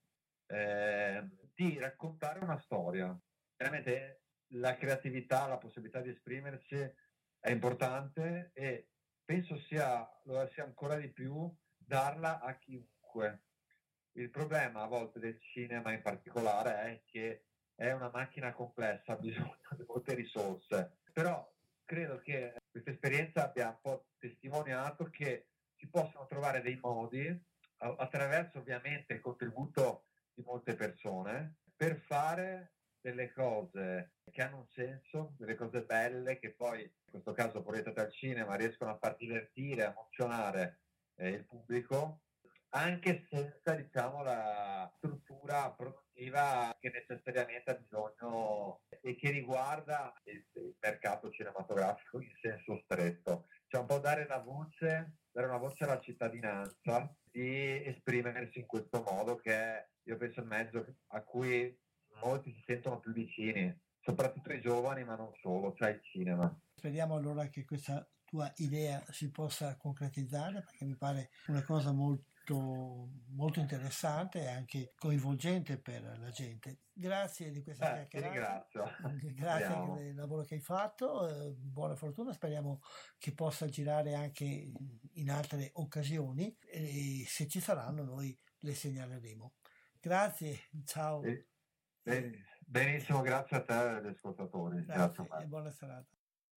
di raccontare una storia. Veramente la creatività, la possibilità di esprimersi è importante, e penso lo sia ancora di più darla a chiunque. Il problema a volte del cinema in particolare è che è una macchina complessa, ha bisogno di molte risorse, però credo che questa esperienza abbia un po' testimoniato che si possono trovare dei modi, attraverso ovviamente il contributo di molte persone, per fare delle cose che hanno un senso, delle cose belle che poi in questo caso proiettate al cinema riescono a far divertire, a emozionare il pubblico, anche senza diciamo la struttura produttiva che necessariamente ha bisogno e che riguarda il mercato cinematografico in senso stretto, cioè un po' dare una voce alla cittadinanza di esprimersi in questo modo, che è, io penso, il mezzo a cui molti si sentono più vicini, soprattutto i giovani, ma non solo, cioè il cinema. Speriamo allora che questa tua idea si possa concretizzare, perché mi pare una cosa molto interessante e anche coinvolgente per la gente. Grazie di questa chiacchierata. Grazie del lavoro che hai fatto, buona fortuna, speriamo che possa girare anche in altre occasioni, e se ci saranno noi le segnaleremo. Grazie, ciao. Benissimo, grazie a te e agli ascoltatori. Grazie e buona serata.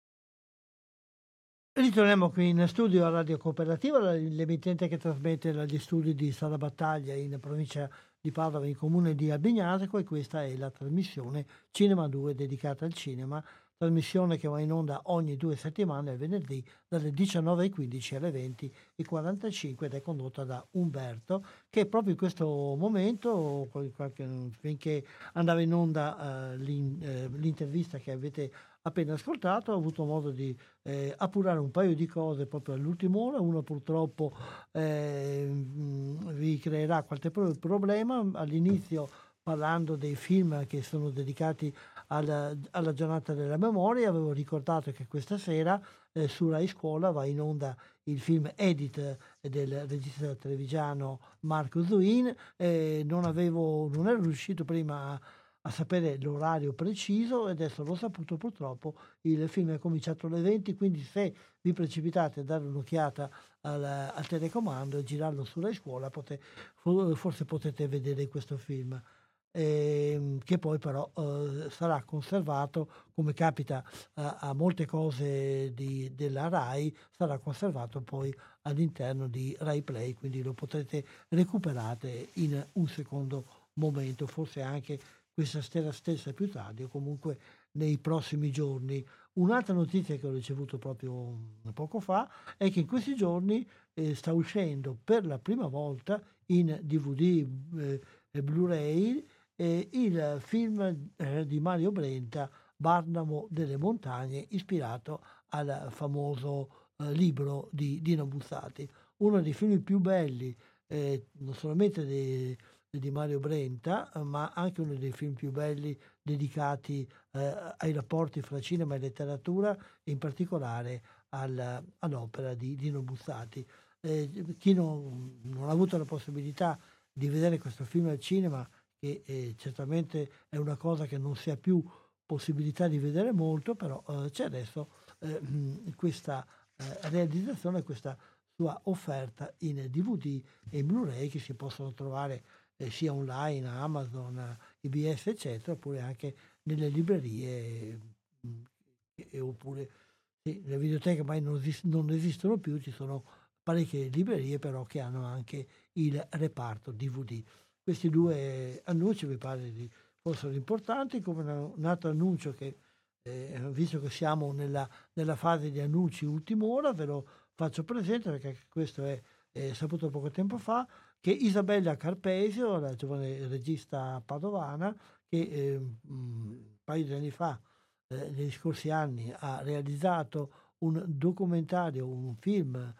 Ritorniamo qui in studio a Radio Cooperativa, l'emittente che trasmette dagli studi di Sala Battaglia in provincia di Padova in comune di Albignasico, e questa è la trasmissione Cinema 2 dedicata al cinema, trasmissione che va in onda ogni 2 settimane, il venerdì dalle 19:15 alle 20:45, ed è condotta da Umberto, che proprio in questo momento, finché andava in onda l'intervista che avete appena ascoltato, ho avuto modo di appurare un paio di cose proprio all'ultima ora. Uno purtroppo vi creerà qualche problema all'inizio, parlando dei film che sono dedicati alla giornata della memoria. Avevo ricordato che questa sera su Rai Scuola va in onda il film Edith del regista trevigiano Marco Zuin. Non ero riuscito prima a sapere l'orario preciso, e adesso l'ho saputo purtroppo. Il film è cominciato alle 20, quindi se vi precipitate a dare un'occhiata al telecomando e girarlo su Rai Scuola, forse potete vedere questo film. Che poi però sarà conservato, come capita a molte cose della Rai, sarà conservato poi all'interno di Rai Play, quindi lo potrete recuperare in un secondo momento, forse anche questa sera stessa più tardi, o comunque nei prossimi giorni. Un'altra notizia che ho ricevuto proprio poco fa è che in questi giorni sta uscendo per la prima volta in DVD e Blu-ray il film di Mario Brenta, Barnamo delle montagne, ispirato al famoso libro di Dino Buzzati, uno dei film più belli non solamente di Mario Brenta, ma anche uno dei film più belli dedicati ai rapporti fra cinema e letteratura, e in particolare all'opera di Dino Buzzati. Chi non ha avuto la possibilità di vedere questo film al cinema, che certamente è una cosa che non si ha più possibilità di vedere molto, però c'è adesso questa realizzazione, questa sua offerta in DVD e in Blu-ray, che si possono trovare sia online, a Amazon, IBS eccetera, oppure anche nelle librerie, oppure le videoteche ormai non esistono più. Ci sono parecchie librerie però che hanno anche il reparto DVD. Questi due annunci mi pare fossero importanti. Come un altro annuncio che, visto che siamo nella fase di annunci ultima ora, ve lo faccio presente, perché questo è saputo poco tempo fa, che Isabella Carpesio, la giovane regista padovana, che un paio di anni fa, negli scorsi anni, ha realizzato un documentario, un film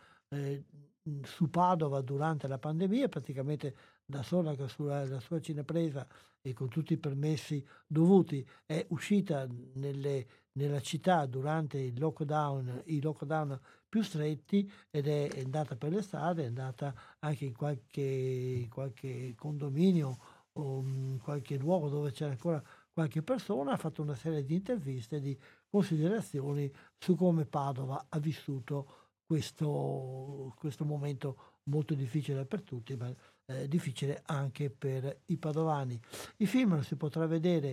su Padova durante la pandemia, praticamente da sola, la sua cinepresa e con tutti i permessi dovuti, è uscita nella città durante i lockdown più stretti, ed è andata per le strade, è andata anche in qualche condominio o in qualche luogo dove c'era ancora qualche persona. Ha fatto una serie di interviste, di considerazioni su come Padova ha vissuto questo momento molto difficile per tutti, ma difficile anche per i padovani. Il film lo si potrà vedere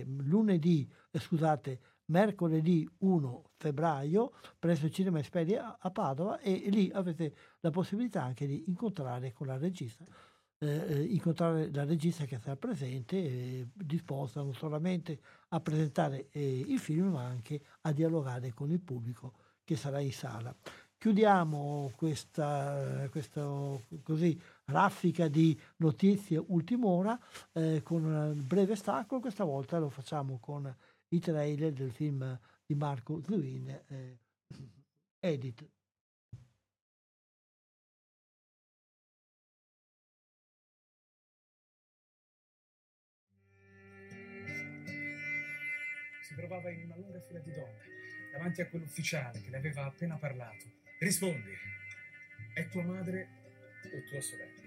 mercoledì 1 febbraio presso il Cinema Esperia a Padova, e lì avete la possibilità anche di incontrare la regista che sarà presente, disposta non solamente a presentare il film, ma anche a dialogare con il pubblico che sarà in sala. Chiudiamo questa così raffica di notizie ultim'ora con un breve stacco. Questa volta lo facciamo con i trailer del film di Marco Zuin, Edith. Si trovava in una lunga fila di donne davanti a quell'ufficiale che le aveva appena parlato. Rispondi, è tua madre o tua sorella?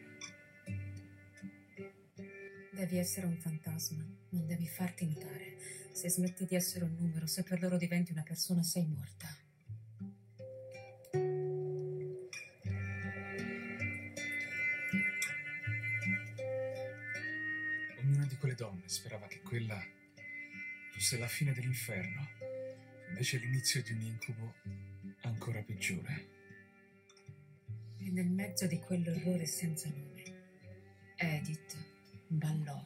Devi essere un fantasma, non devi farti notare. Se smetti di essere un numero, se per loro diventi una persona, sei morta. Ognuna di quelle donne sperava che quella fosse la fine dell'inferno, invece l'inizio di un incubo ancora peggiore. E nel mezzo di quell'orrore senza nome, Edith ballò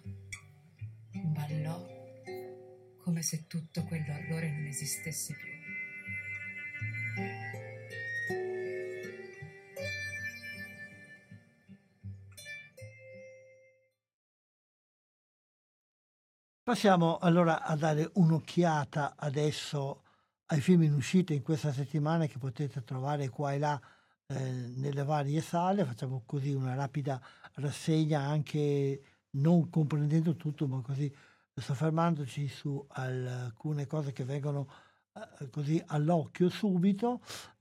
come se tutto quell'orrore non esistesse più. Passiamo allora a dare un'occhiata adesso ai film in uscita in questa settimana che potete trovare qua e là nelle varie sale. Facciamo così una rapida rassegna, anche non comprendendo tutto, ma così soffermandoci su alcune cose che vengono così all'occhio subito.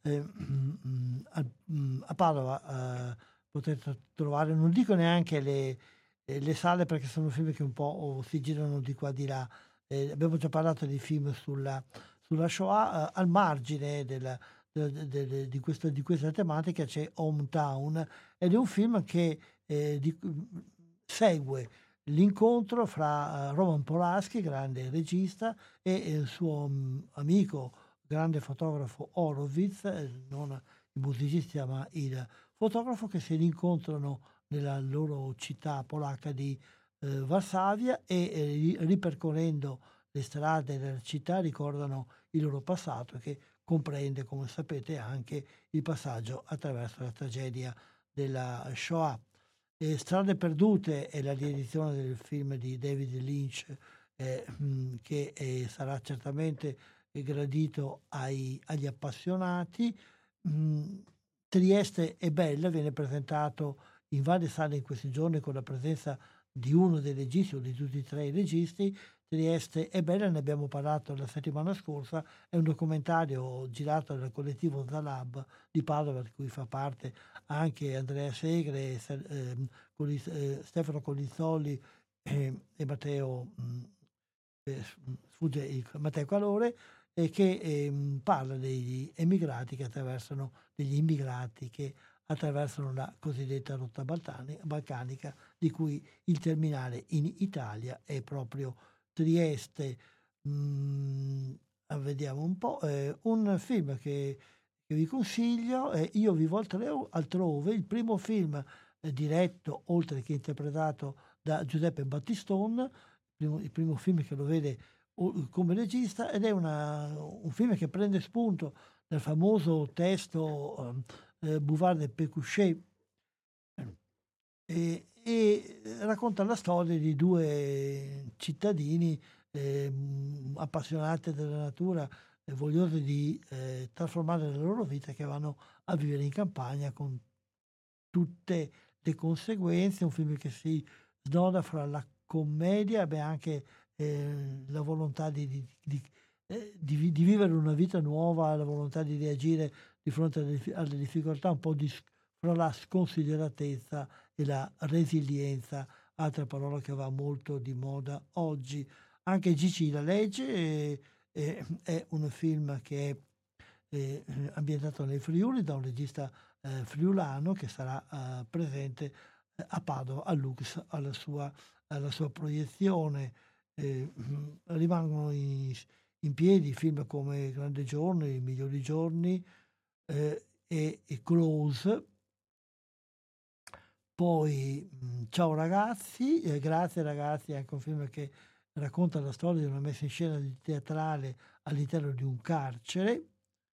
A Padova potete trovare, non dico neanche le sale, perché sono film che un po' si girano di qua di là. Abbiamo già parlato di film sulla Shoah. Al margine di questa tematica c'è Hometown, ed è un film che segue l'incontro fra Roman Polanski, grande regista, e il suo amico, grande fotografo Horowitz, non il musicista ma il fotografo, che si incontrano nella loro città polacca di Varsavia, e ripercorrendo le strade della città ricordano il loro passato, che comprende, come sapete, anche il passaggio attraverso la tragedia della Shoah. Strade perdute è la riedizione del film di David Lynch, che sarà certamente gradito agli appassionati. Trieste è bella, viene presentato in varie sale in questi giorni con la presenza di uno dei registi o di tutti e tre i registi. Trieste è bella, ne abbiamo parlato la settimana scorsa, è un documentario girato dal collettivo Zalab di Padova, di cui fa parte anche Andrea Segre, Stefano Colizzoli e Matteo Matteo Calore, che parla degli immigrati che attraversano la cosiddetta rotta balcanica, di cui il terminale in Italia è proprio Trieste. Vediamo un po', un film che vi consiglio è Io vivo altrove, il primo film diretto, oltre che interpretato, da Giuseppe Battistone, il primo film che lo vede come regista, ed è un film che prende spunto dal famoso testo Bouvard e Pécuchet, e racconta la storia di due cittadini appassionati della natura, vogliosi di trasformare la loro vita, che vanno a vivere in campagna con tutte le conseguenze. Un film che si snoda fra la commedia e anche la volontà di vivere una vita nuova, la volontà di reagire di fronte alle difficoltà, un po' fra la sconsideratezza e la resilienza, altra parola che va molto di moda oggi. Anche Gigi La Legge è un film che è ambientato nel Friuli da un regista friulano, che sarà presente a Padova, a Lux, alla sua proiezione. Rimangono in piedi film come Grande Giorno, I migliori giorni e Close. Poi Ciao ragazzi, grazie ragazzi, è anche un film che racconta la storia di una messa in scena teatrale all'interno di un carcere.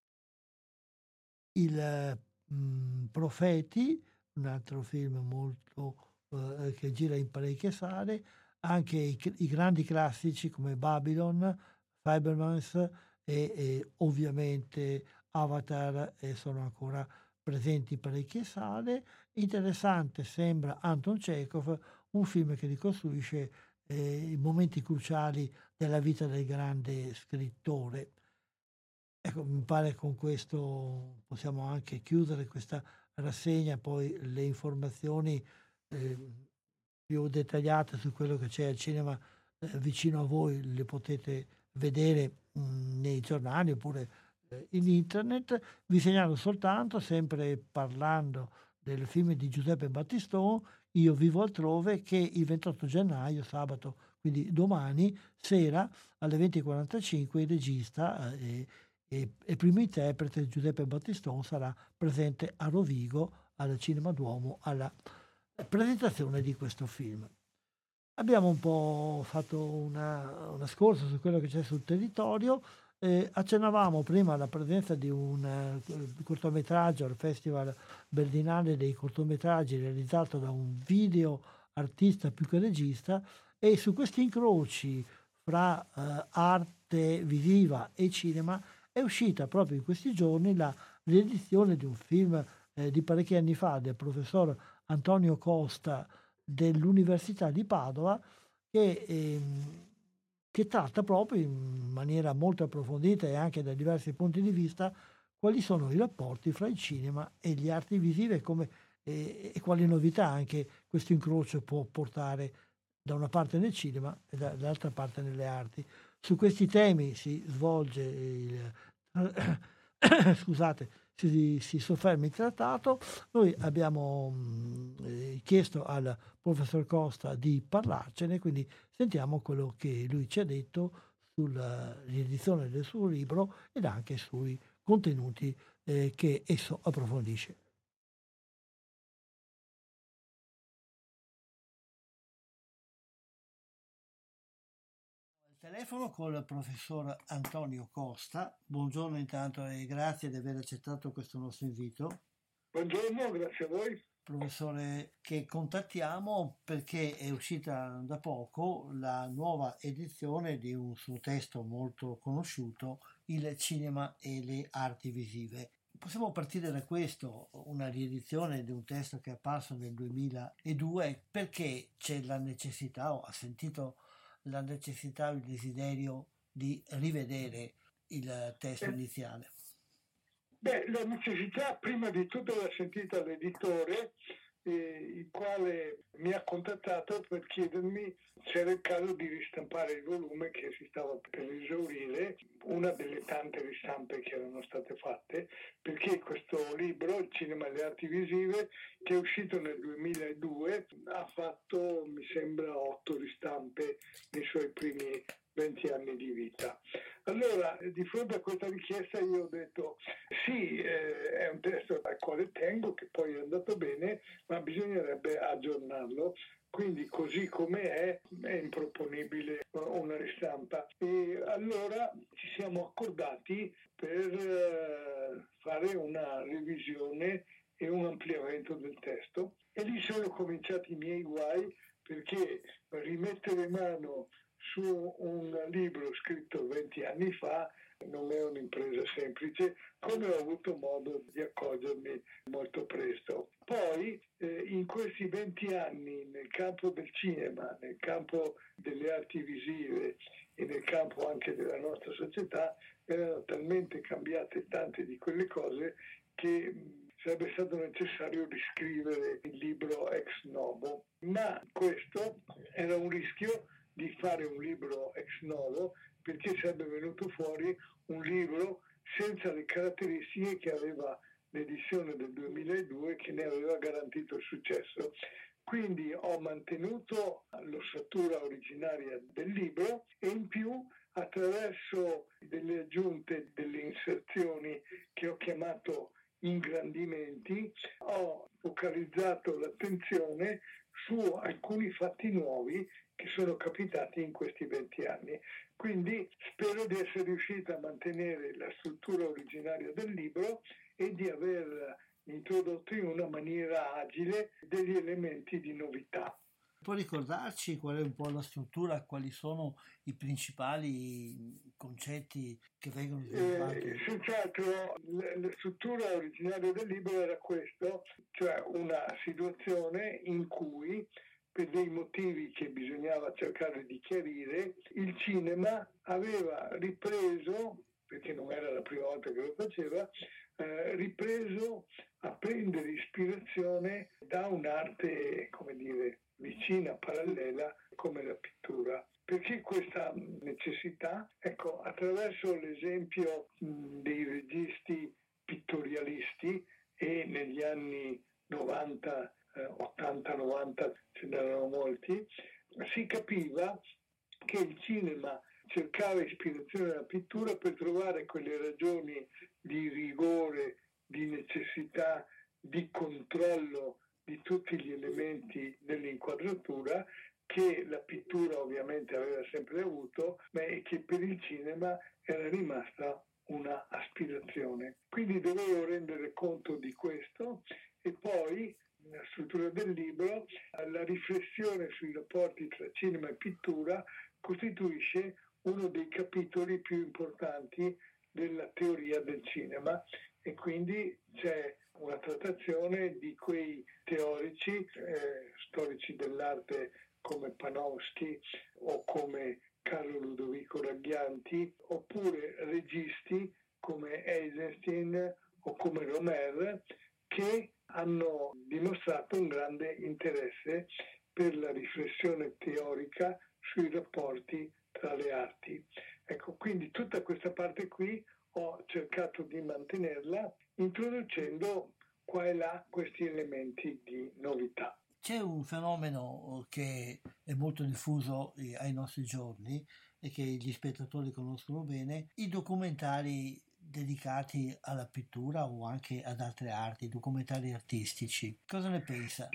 Il Profeti, un altro film molto che gira in parecchie sale. Anche i grandi classici come Babylon, Fabelmans e ovviamente Avatar sono ancora presenti in parecchie sale. Interessante sembra Anton Chekhov, un film che ricostruisce i momenti cruciali della vita del grande scrittore. Ecco, mi pare con questo possiamo anche chiudere questa rassegna. Poi le informazioni più dettagliate su quello che c'è al cinema vicino a voi le potete vedere nei giornali oppure in internet. Vi segnalo soltanto, sempre parlando del film di Giuseppe Battistone, Io vivo altrove, che il 28 gennaio, sabato, quindi domani sera alle 20:45, il regista e primo interprete Giuseppe Battistone sarà presente a Rovigo al Cinema Duomo alla presentazione di questo film. Abbiamo un po' fatto una scorsa su quello che c'è sul territorio. Accennavamo prima alla presenza di un cortometraggio al Festival Berlinale dei cortometraggi realizzato da un video artista più che regista, e su questi incroci fra arte visiva e cinema è uscita proprio in questi giorni la riedizione di un film di parecchi anni fa del professor Antonio Costa dell'Università di Padova, che tratta proprio in maniera molto approfondita e anche da diversi punti di vista quali sono i rapporti fra il cinema e le arti visive e quali novità anche questo incrocio può portare da una parte nel cinema e dall'altra parte nelle arti. Su questi temi si svolge scusate, si sofferma il trattato. Noi abbiamo chiesto al professor Costa di parlarcene, quindi sentiamo quello che lui ci ha detto sulla riedizione del suo libro ed anche sui contenuti che esso approfondisce. Telefono col professor Antonio Costa. Buongiorno intanto e grazie di aver accettato questo nostro invito. Buongiorno, grazie a voi. Professore, che contattiamo perché è uscita da poco la nuova edizione di un suo testo molto conosciuto, Il cinema e le arti visive. Possiamo partire da questo, una riedizione di un testo che è apparso nel 2002, perché c'è la necessità, o ha sentito la necessità o il desiderio di rivedere il testo iniziale? La necessità prima di tutto l'ha sentita l'editore, il quale mi ha contattato per chiedermi se era il caso di ristampare il volume che si stava per esaurire, una delle tante ristampe che erano state fatte, perché questo libro, Il cinema e le arti visive, che è uscito nel 2002, ha fatto, mi sembra, 8 ristampe nei suoi primi 20 anni di vita. Allora, di fronte a questa richiesta io ho detto sì, è un testo al quale tengo, che poi è andato bene, ma bisognerebbe aggiornarlo. Quindi così come è improponibile una ristampa. E allora ci siamo accordati per fare una revisione e un ampliamento del testo. E lì sono cominciati i miei guai, perché rimettere mano su un libro scritto 20 anni fa non è un'impresa semplice, come ho avuto modo di accorgermi molto presto. Poi in questi 20 anni nel campo del cinema, nel campo delle arti visive e nel campo anche della nostra società erano talmente cambiate tante di quelle cose che sarebbe stato necessario riscrivere il libro ex novo, ma questo era un rischio di fare un libro ex novo, perché sarebbe venuto fuori un libro senza le caratteristiche che aveva l'edizione del 2002, che ne aveva garantito il successo. Quindi ho mantenuto l'ossatura originaria del libro e in più, attraverso delle aggiunte, delle inserzioni che ho chiamato ingrandimenti, ho focalizzato l'attenzione su alcuni fatti nuovi che sono capitati in questi 20 anni. Quindi spero di essere riuscito a mantenere la struttura originaria del libro e di aver introdotto in una maniera agile degli elementi di novità. Può ricordarci qual è un po' la struttura, quali sono i principali concetti che vengono sviluppati? Senz'altro la struttura originaria del libro era questo, cioè una situazione in cui, per dei motivi che bisognava cercare di chiarire, il cinema aveva ripreso, perché non era la prima volta che lo faceva, ripreso a prendere ispirazione da un'arte, come dire, vicina, parallela, come la pittura. Perché questa necessità? Ecco, attraverso l'esempio dei registi pittorialisti, e negli anni 90, 80-90 ce n'erano molti, si capiva che il cinema cercava ispirazione nella pittura per trovare quelle ragioni di rigore, di necessità, di controllo di tutti gli elementi dell'inquadratura che la pittura ovviamente aveva sempre avuto, ma che per il cinema era rimasta una aspirazione. Quindi dovevo rendere conto di questo e poi nella struttura del libro la riflessione sui rapporti tra cinema e pittura costituisce uno dei capitoli più importanti della teoria del cinema e quindi c'è una trattazione di quei teorici, storici dell'arte come Panofsky o come Carlo Ludovico Ragghianti, oppure registi come Eisenstein o come Romer, che hanno dimostrato un grande interesse per la riflessione teorica sui rapporti tra le arti. Ecco, quindi tutta questa parte qui ho cercato di mantenerla introducendo qua e là questi elementi di novità. C'è un fenomeno che è molto diffuso ai nostri giorni e che gli spettatori conoscono bene, i documentari dedicati alla pittura o anche ad altre arti, documentari artistici. Cosa ne pensa?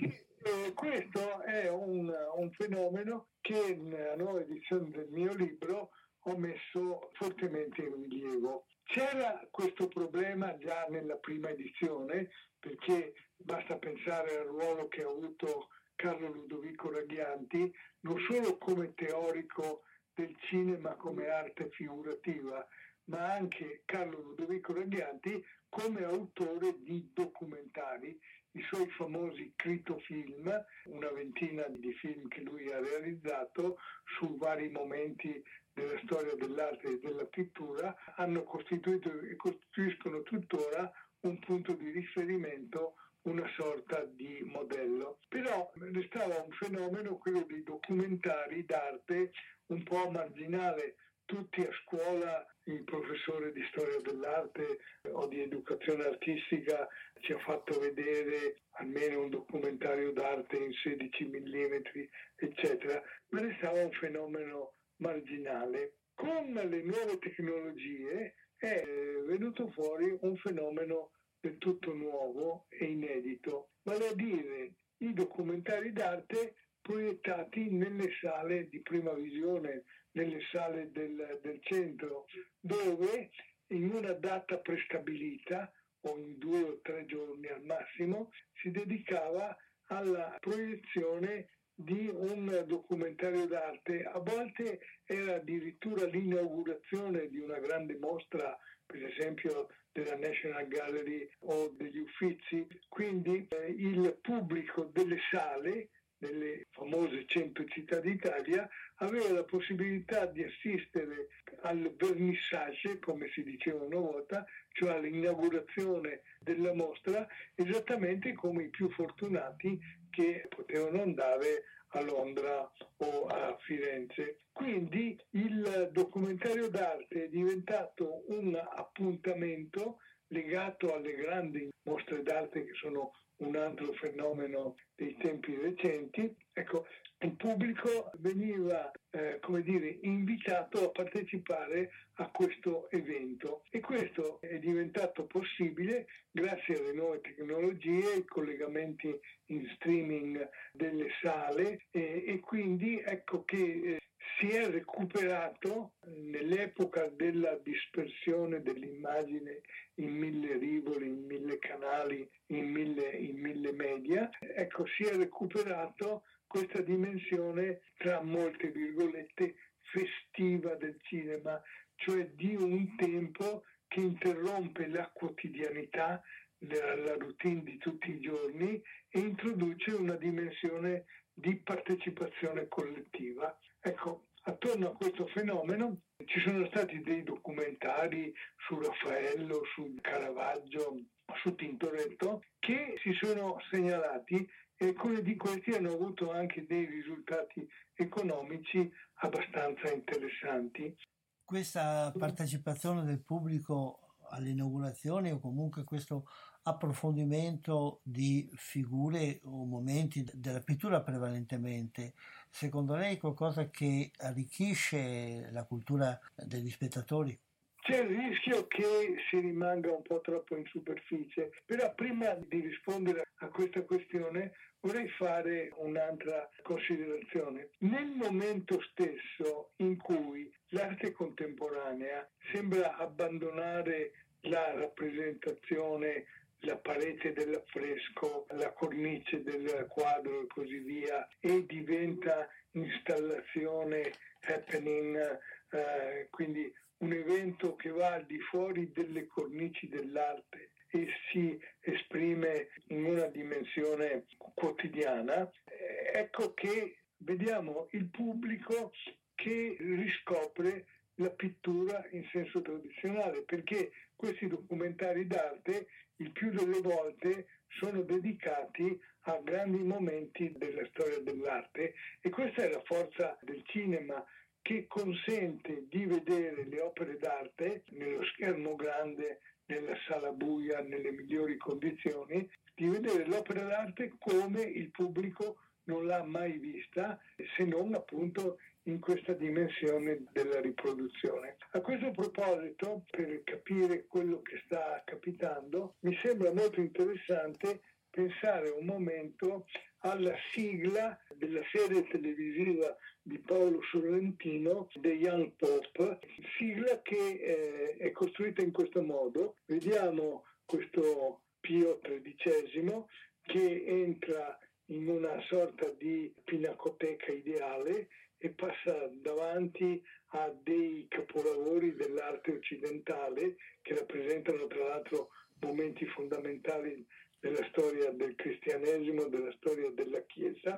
Questo è un fenomeno che nella nuova edizione del mio libro ho messo fortemente in rilievo. C'era questo problema già nella prima edizione, perché basta pensare al ruolo che ha avuto Carlo Ludovico Ragghianti, non solo come teorico del cinema come arte figurativa, ma anche Carlo Ludovico Ragghianti come autore di documentari, i suoi famosi critofilm, una ventina di film che lui ha realizzato su vari momenti della storia dell'arte e della pittura, hanno costituito e costituiscono tuttora un punto di riferimento, una sorta di modello. Però restava un fenomeno, quello dei documentari d'arte, un po' marginale. Tutti a scuola, il professore di storia dell'arte o di educazione artistica ci ha fatto vedere almeno un documentario d'arte in 16 mm, eccetera, ma restava un fenomeno marginale. Con le nuove tecnologie è venuto fuori un fenomeno del tutto nuovo e inedito, vale a dire i documentari d'arte proiettati nelle sale di prima visione, nelle sale del centro, dove in una data prestabilita o in 2 o 3 giorni al massimo si dedicava alla proiezione di un documentario d'arte. A volte era addirittura l'inaugurazione di una grande mostra, per esempio della National Gallery o degli Uffizi, quindi il pubblico delle sale, nelle famose 100 città d'Italia, aveva la possibilità di assistere al vernissage, come si diceva una volta, cioè all'inaugurazione della mostra, esattamente come i più fortunati che potevano andare a Londra o a Firenze. Quindi il documentario d'arte è diventato un appuntamento legato alle grandi mostre d'arte che sono un altro fenomeno dei tempi recenti. Ecco, il pubblico veniva invitato a partecipare a questo evento e questo è diventato possibile grazie alle nuove tecnologie, ai collegamenti in streaming delle sale e quindi ecco che si è recuperato nell'epoca della dispersione dell'immagine in 1000 rivoli, in 1000 canali, in mille media. Ecco, si è recuperato questa dimensione, tra molte virgolette, festiva del cinema, cioè di un tempo che interrompe la quotidianità, la routine di tutti i giorni e introduce una dimensione di partecipazione collettiva. Ecco, attorno a questo fenomeno ci sono stati dei documentari su Raffaello, su Caravaggio, su Tintoretto, che si sono segnalati e alcuni di questi hanno avuto anche dei risultati economici abbastanza interessanti. Questa partecipazione del pubblico alle inaugurazioni o comunque questo approfondimento di figure o momenti della pittura prevalentemente, secondo lei è qualcosa che arricchisce la cultura degli spettatori? c'è il rischio che si rimanga un po' troppo in superficie. Però prima di rispondere a questa questione vorrei fare un'altra considerazione. Nel momento stesso in cui l'arte contemporanea sembra abbandonare la rappresentazione, la parete dell'affresco, la cornice del quadro e così via, e diventa installazione, happening, quindi un evento che va al di fuori delle cornici dell'arte e si esprime in una dimensione quotidiana, ecco che vediamo il pubblico che riscopre la pittura in senso tradizionale, perché questi documentari d'arte il più delle volte sono dedicati a grandi momenti della storia dell'arte, e questa è la forza del cinema, che consente di vedere le opere d'arte nello schermo grande, nella sala buia, nelle migliori condizioni, di vedere l'opera d'arte come il pubblico non l'ha mai vista, se non appunto in questa dimensione della riproduzione. A questo proposito, per capire quello che sta capitando, mi sembra molto interessante pensare un momento alla sigla della serie televisiva di Paolo Sorrentino, The Young Pope, sigla che è costruita in questo modo. Vediamo questo Pio XIII che entra in una sorta di pinacoteca ideale e passa davanti a dei capolavori dell'arte occidentale che rappresentano tra l'altro momenti fondamentali della storia del cristianesimo, della storia della Chiesa,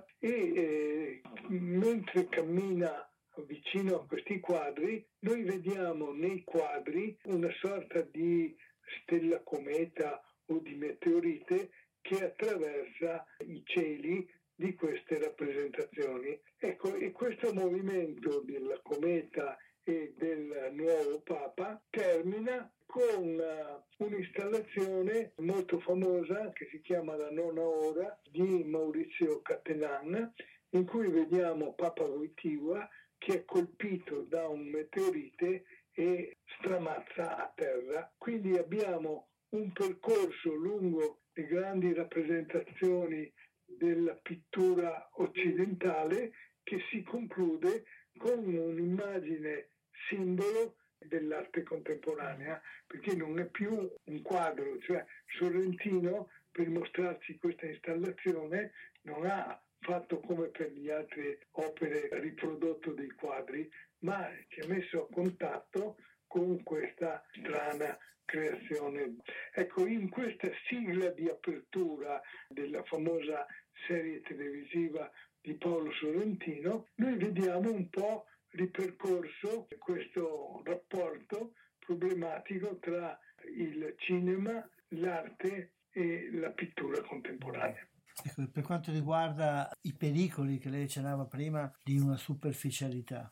e mentre cammina vicino a questi quadri, noi vediamo nei quadri una sorta di stella cometa o di meteorite che attraversa i cieli di queste rappresentazioni. Ecco, e questo movimento della cometa e del nuovo Papa termina con un'installazione molto famosa che si chiama La Nona Ora di Maurizio Cattelan, in cui vediamo Papa Wojtyła che è colpito da un meteorite e stramazza a terra. Quindi abbiamo un percorso lungo le grandi rappresentazioni della pittura occidentale che si conclude con un'immagine simbolo dell'arte contemporanea, perché non è più un quadro, cioè Sorrentino per mostrarci questa installazione non ha fatto come per le altre opere riprodotto dei quadri, ma ci ha messo a contatto con questa strana creazione. Ecco, in questa sigla di apertura della famosa serie televisiva di Paolo Sorrentino, noi vediamo un po' ripercorso questo rapporto problematico tra il cinema, l'arte e la pittura contemporanea. Ecco, per quanto riguarda i pericoli che lei accennava prima di una superficialità.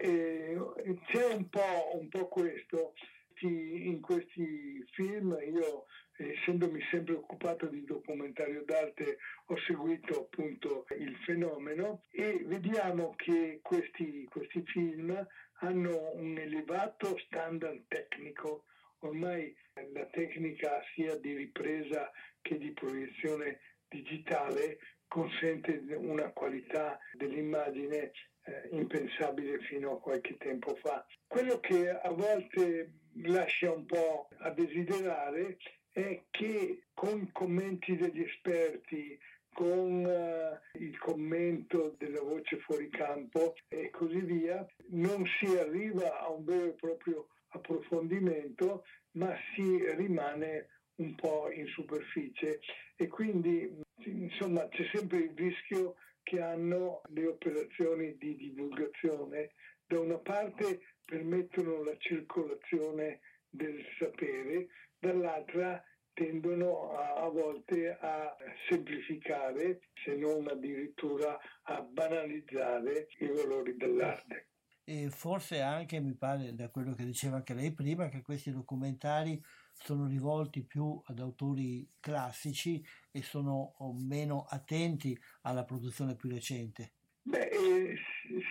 C'è un po' questo. In questi film io, essendomi sempre occupato di documentario d'arte, ho seguito appunto il fenomeno e vediamo che questi film hanno un elevato standard tecnico. Ormai la tecnica sia di ripresa che di proiezione digitale consente una qualità dell'immagine impensabile fino a qualche tempo fa. Quello che a volte lascia un po' a desiderare è che con i commenti degli esperti, con il commento della voce fuori campo e così via, non si arriva a un vero e proprio approfondimento, ma si rimane un po' in superficie e quindi insomma c'è sempre il rischio che hanno le operazioni di divulgazione. Da una parte permettono la circolazione del sapere, dall'altra tendono a volte a semplificare, se non addirittura a banalizzare i valori dell'arte. E forse anche, mi pare, da quello che diceva anche lei prima, che questi documentari sono rivolti più ad autori classici e sono meno attenti alla produzione più recente.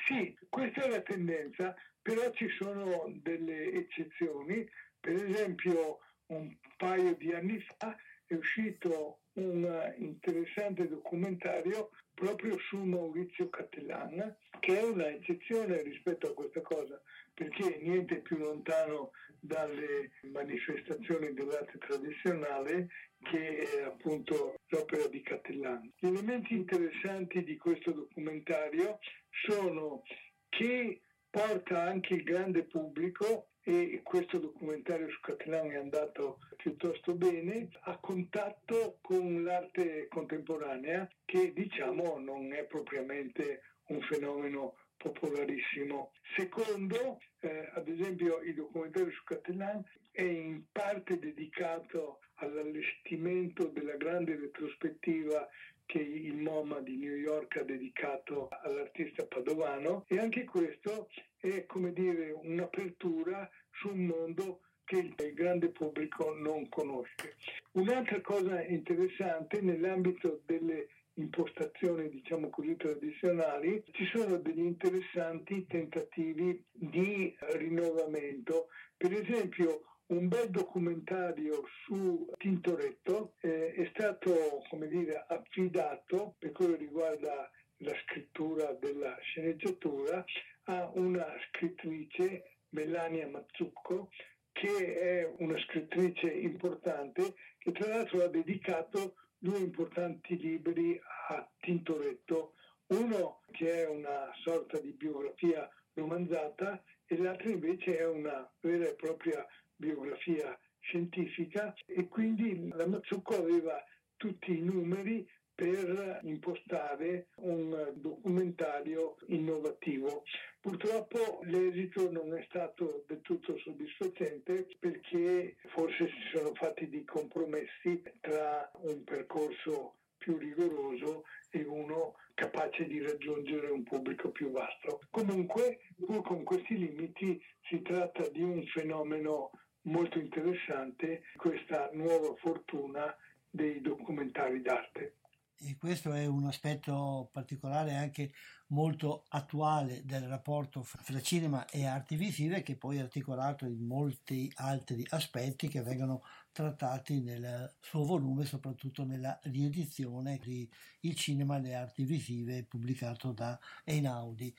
Sì, questa è la tendenza, però ci sono delle eccezioni. Per esempio, un paio di anni fa è uscito un interessante documentario proprio su Maurizio Cattelan, che è una eccezione rispetto a questa cosa, perché niente più lontano dalle manifestazioni dell'arte tradizionale che è appunto l'opera di Cattelan. Gli elementi interessanti di questo documentario sono che porta anche il grande pubblico, e questo documentario su Cattelan è andato piuttosto bene, a contatto con l'arte contemporanea, che diciamo non è propriamente un fenomeno popolarissimo. Secondo, ad esempio, il documentario su Cattelan è in parte dedicato all'allestimento della grande retrospettiva che il MoMA di New York ha dedicato all'artista padovano, e anche questo è, come dire, un'apertura su un mondo che il grande pubblico non conosce. Un'altra cosa interessante, nell'ambito delle impostazioni, diciamo così, tradizionali, ci sono degli interessanti tentativi di rinnovamento. Per esempio, un bel documentario su Tintoretto è stato, come dire, affidato, per quello che riguarda la scrittura della sceneggiatura, a una scrittrice, Melania Mazzucco, che è una scrittrice importante, che tra l'altro ha dedicato 2 importanti libri a Tintoretto, uno che è una sorta di biografia romanzata e l'altro invece è una vera e propria biografia scientifica, e quindi la Mazzucco aveva tutti i numeri per impostare un documentario innovativo. Purtroppo l'esito non è stato del tutto soddisfacente, perché forse si sono fatti dei compromessi tra un percorso più rigoroso e uno capace di raggiungere un pubblico più vasto. Comunque, pur con questi limiti, si tratta di un fenomeno molto interessante, questa nuova fortuna dei documentari d'arte. E questo è un aspetto particolare, anche molto attuale, del rapporto fra cinema e arti visive, che poi è articolato in molti altri aspetti che vengono trattati nel suo volume, soprattutto nella riedizione di Il cinema e le arti visive, pubblicato da Einaudi.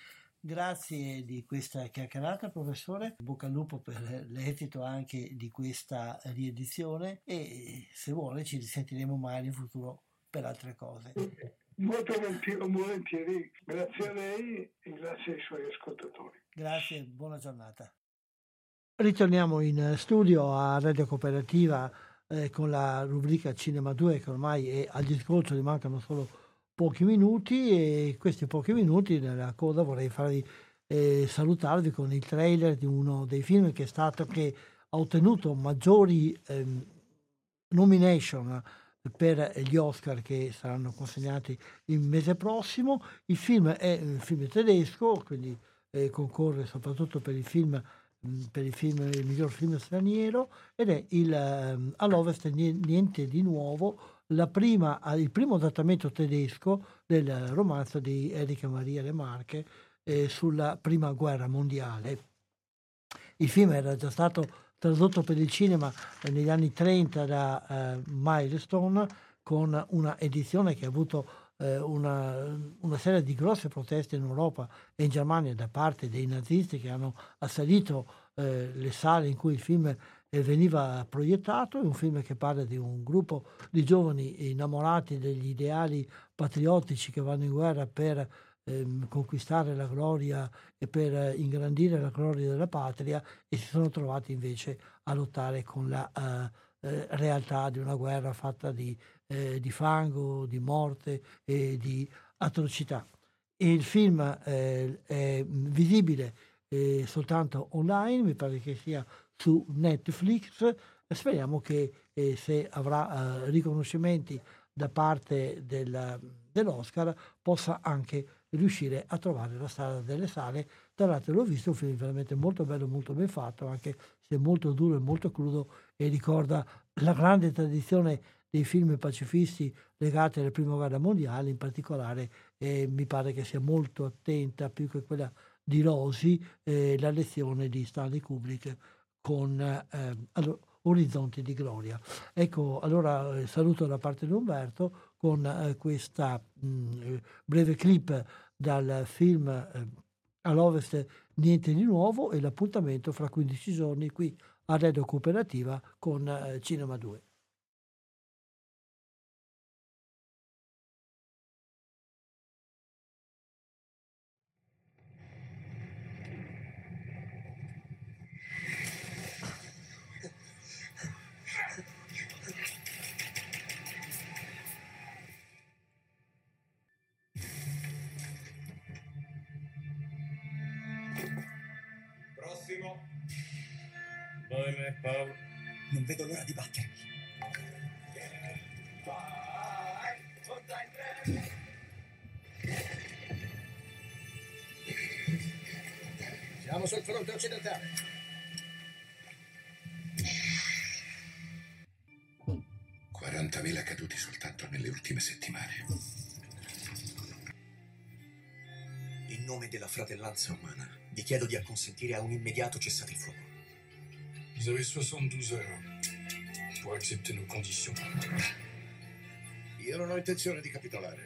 Grazie di questa chiacchierata, professore. Bocca al lupo per l'esito anche di questa riedizione, e se vuole ci risentiremo magari in futuro per altre cose. Molto volentieri, grazie a lei e grazie ai suoi ascoltatori. Grazie, buona giornata. Ritorniamo in studio a Radio Cooperativa con la rubrica Cinema 2, che ormai è agli ascolti, ne mancano solo pochi minuti, e questi pochi minuti nella coda vorrei farvi salutarvi con il trailer di uno dei film che ha ottenuto maggiori nomination per gli Oscar, che saranno consegnati il mese prossimo. Il film è un film tedesco, quindi concorre soprattutto per il miglior film straniero, ed è All'Ovest niente di nuovo, il primo adattamento tedesco del romanzo di Erika Maria Remarque sulla prima guerra mondiale. Il film era già stato tradotto per il cinema negli anni 30 da Milestone, con una edizione che ha avuto una serie di grosse proteste in Europa e in Germania da parte dei nazisti, che hanno assalito le sale in cui il film veniva proiettato. È un film che parla di un gruppo di giovani innamorati degli ideali patriottici che vanno in guerra per conquistare la gloria e per ingrandire la gloria della patria, e si sono trovati invece a lottare con la realtà di una guerra fatta di fango, di morte e di atrocità. E il film è visibile soltanto online, mi pare che sia su Netflix. Speriamo che se avrà riconoscimenti da parte dell'Oscar possa anche riuscire a trovare la strada delle sale. Tra l'altro l'ho visto, un film veramente molto bello, molto ben fatto, anche se molto duro e molto crudo, e ricorda la grande tradizione dei film pacifisti legati alla prima guerra mondiale, in particolare e mi pare che sia molto attenta, più che quella di Rosi, la lezione di Stanley Kubrick con Orizzonti di Gloria. Ecco, allora saluto da parte di Umberto con questa breve clip dal film All'Ovest Niente di Nuovo, e l'appuntamento fra 15 giorni qui a Radio Cooperativa con Cinema 2. Prossimo. Bene, Paolo. Non vedo l'ora di battermi. Siamo sul fronte occidentale. $40.000 caduti soltanto nelle ultime settimane. In nome della fratellanza umana, vi chiedo di acconsentire a un immediato cessate il fuoco. Vous avez 72 heures pour accepter nos conditions. Io non ho intenzione di capitolare.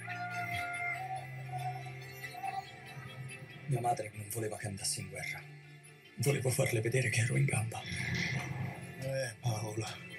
Mia madre non voleva che andassi in guerra. Volevo farle vedere che ero in gamba. Paola.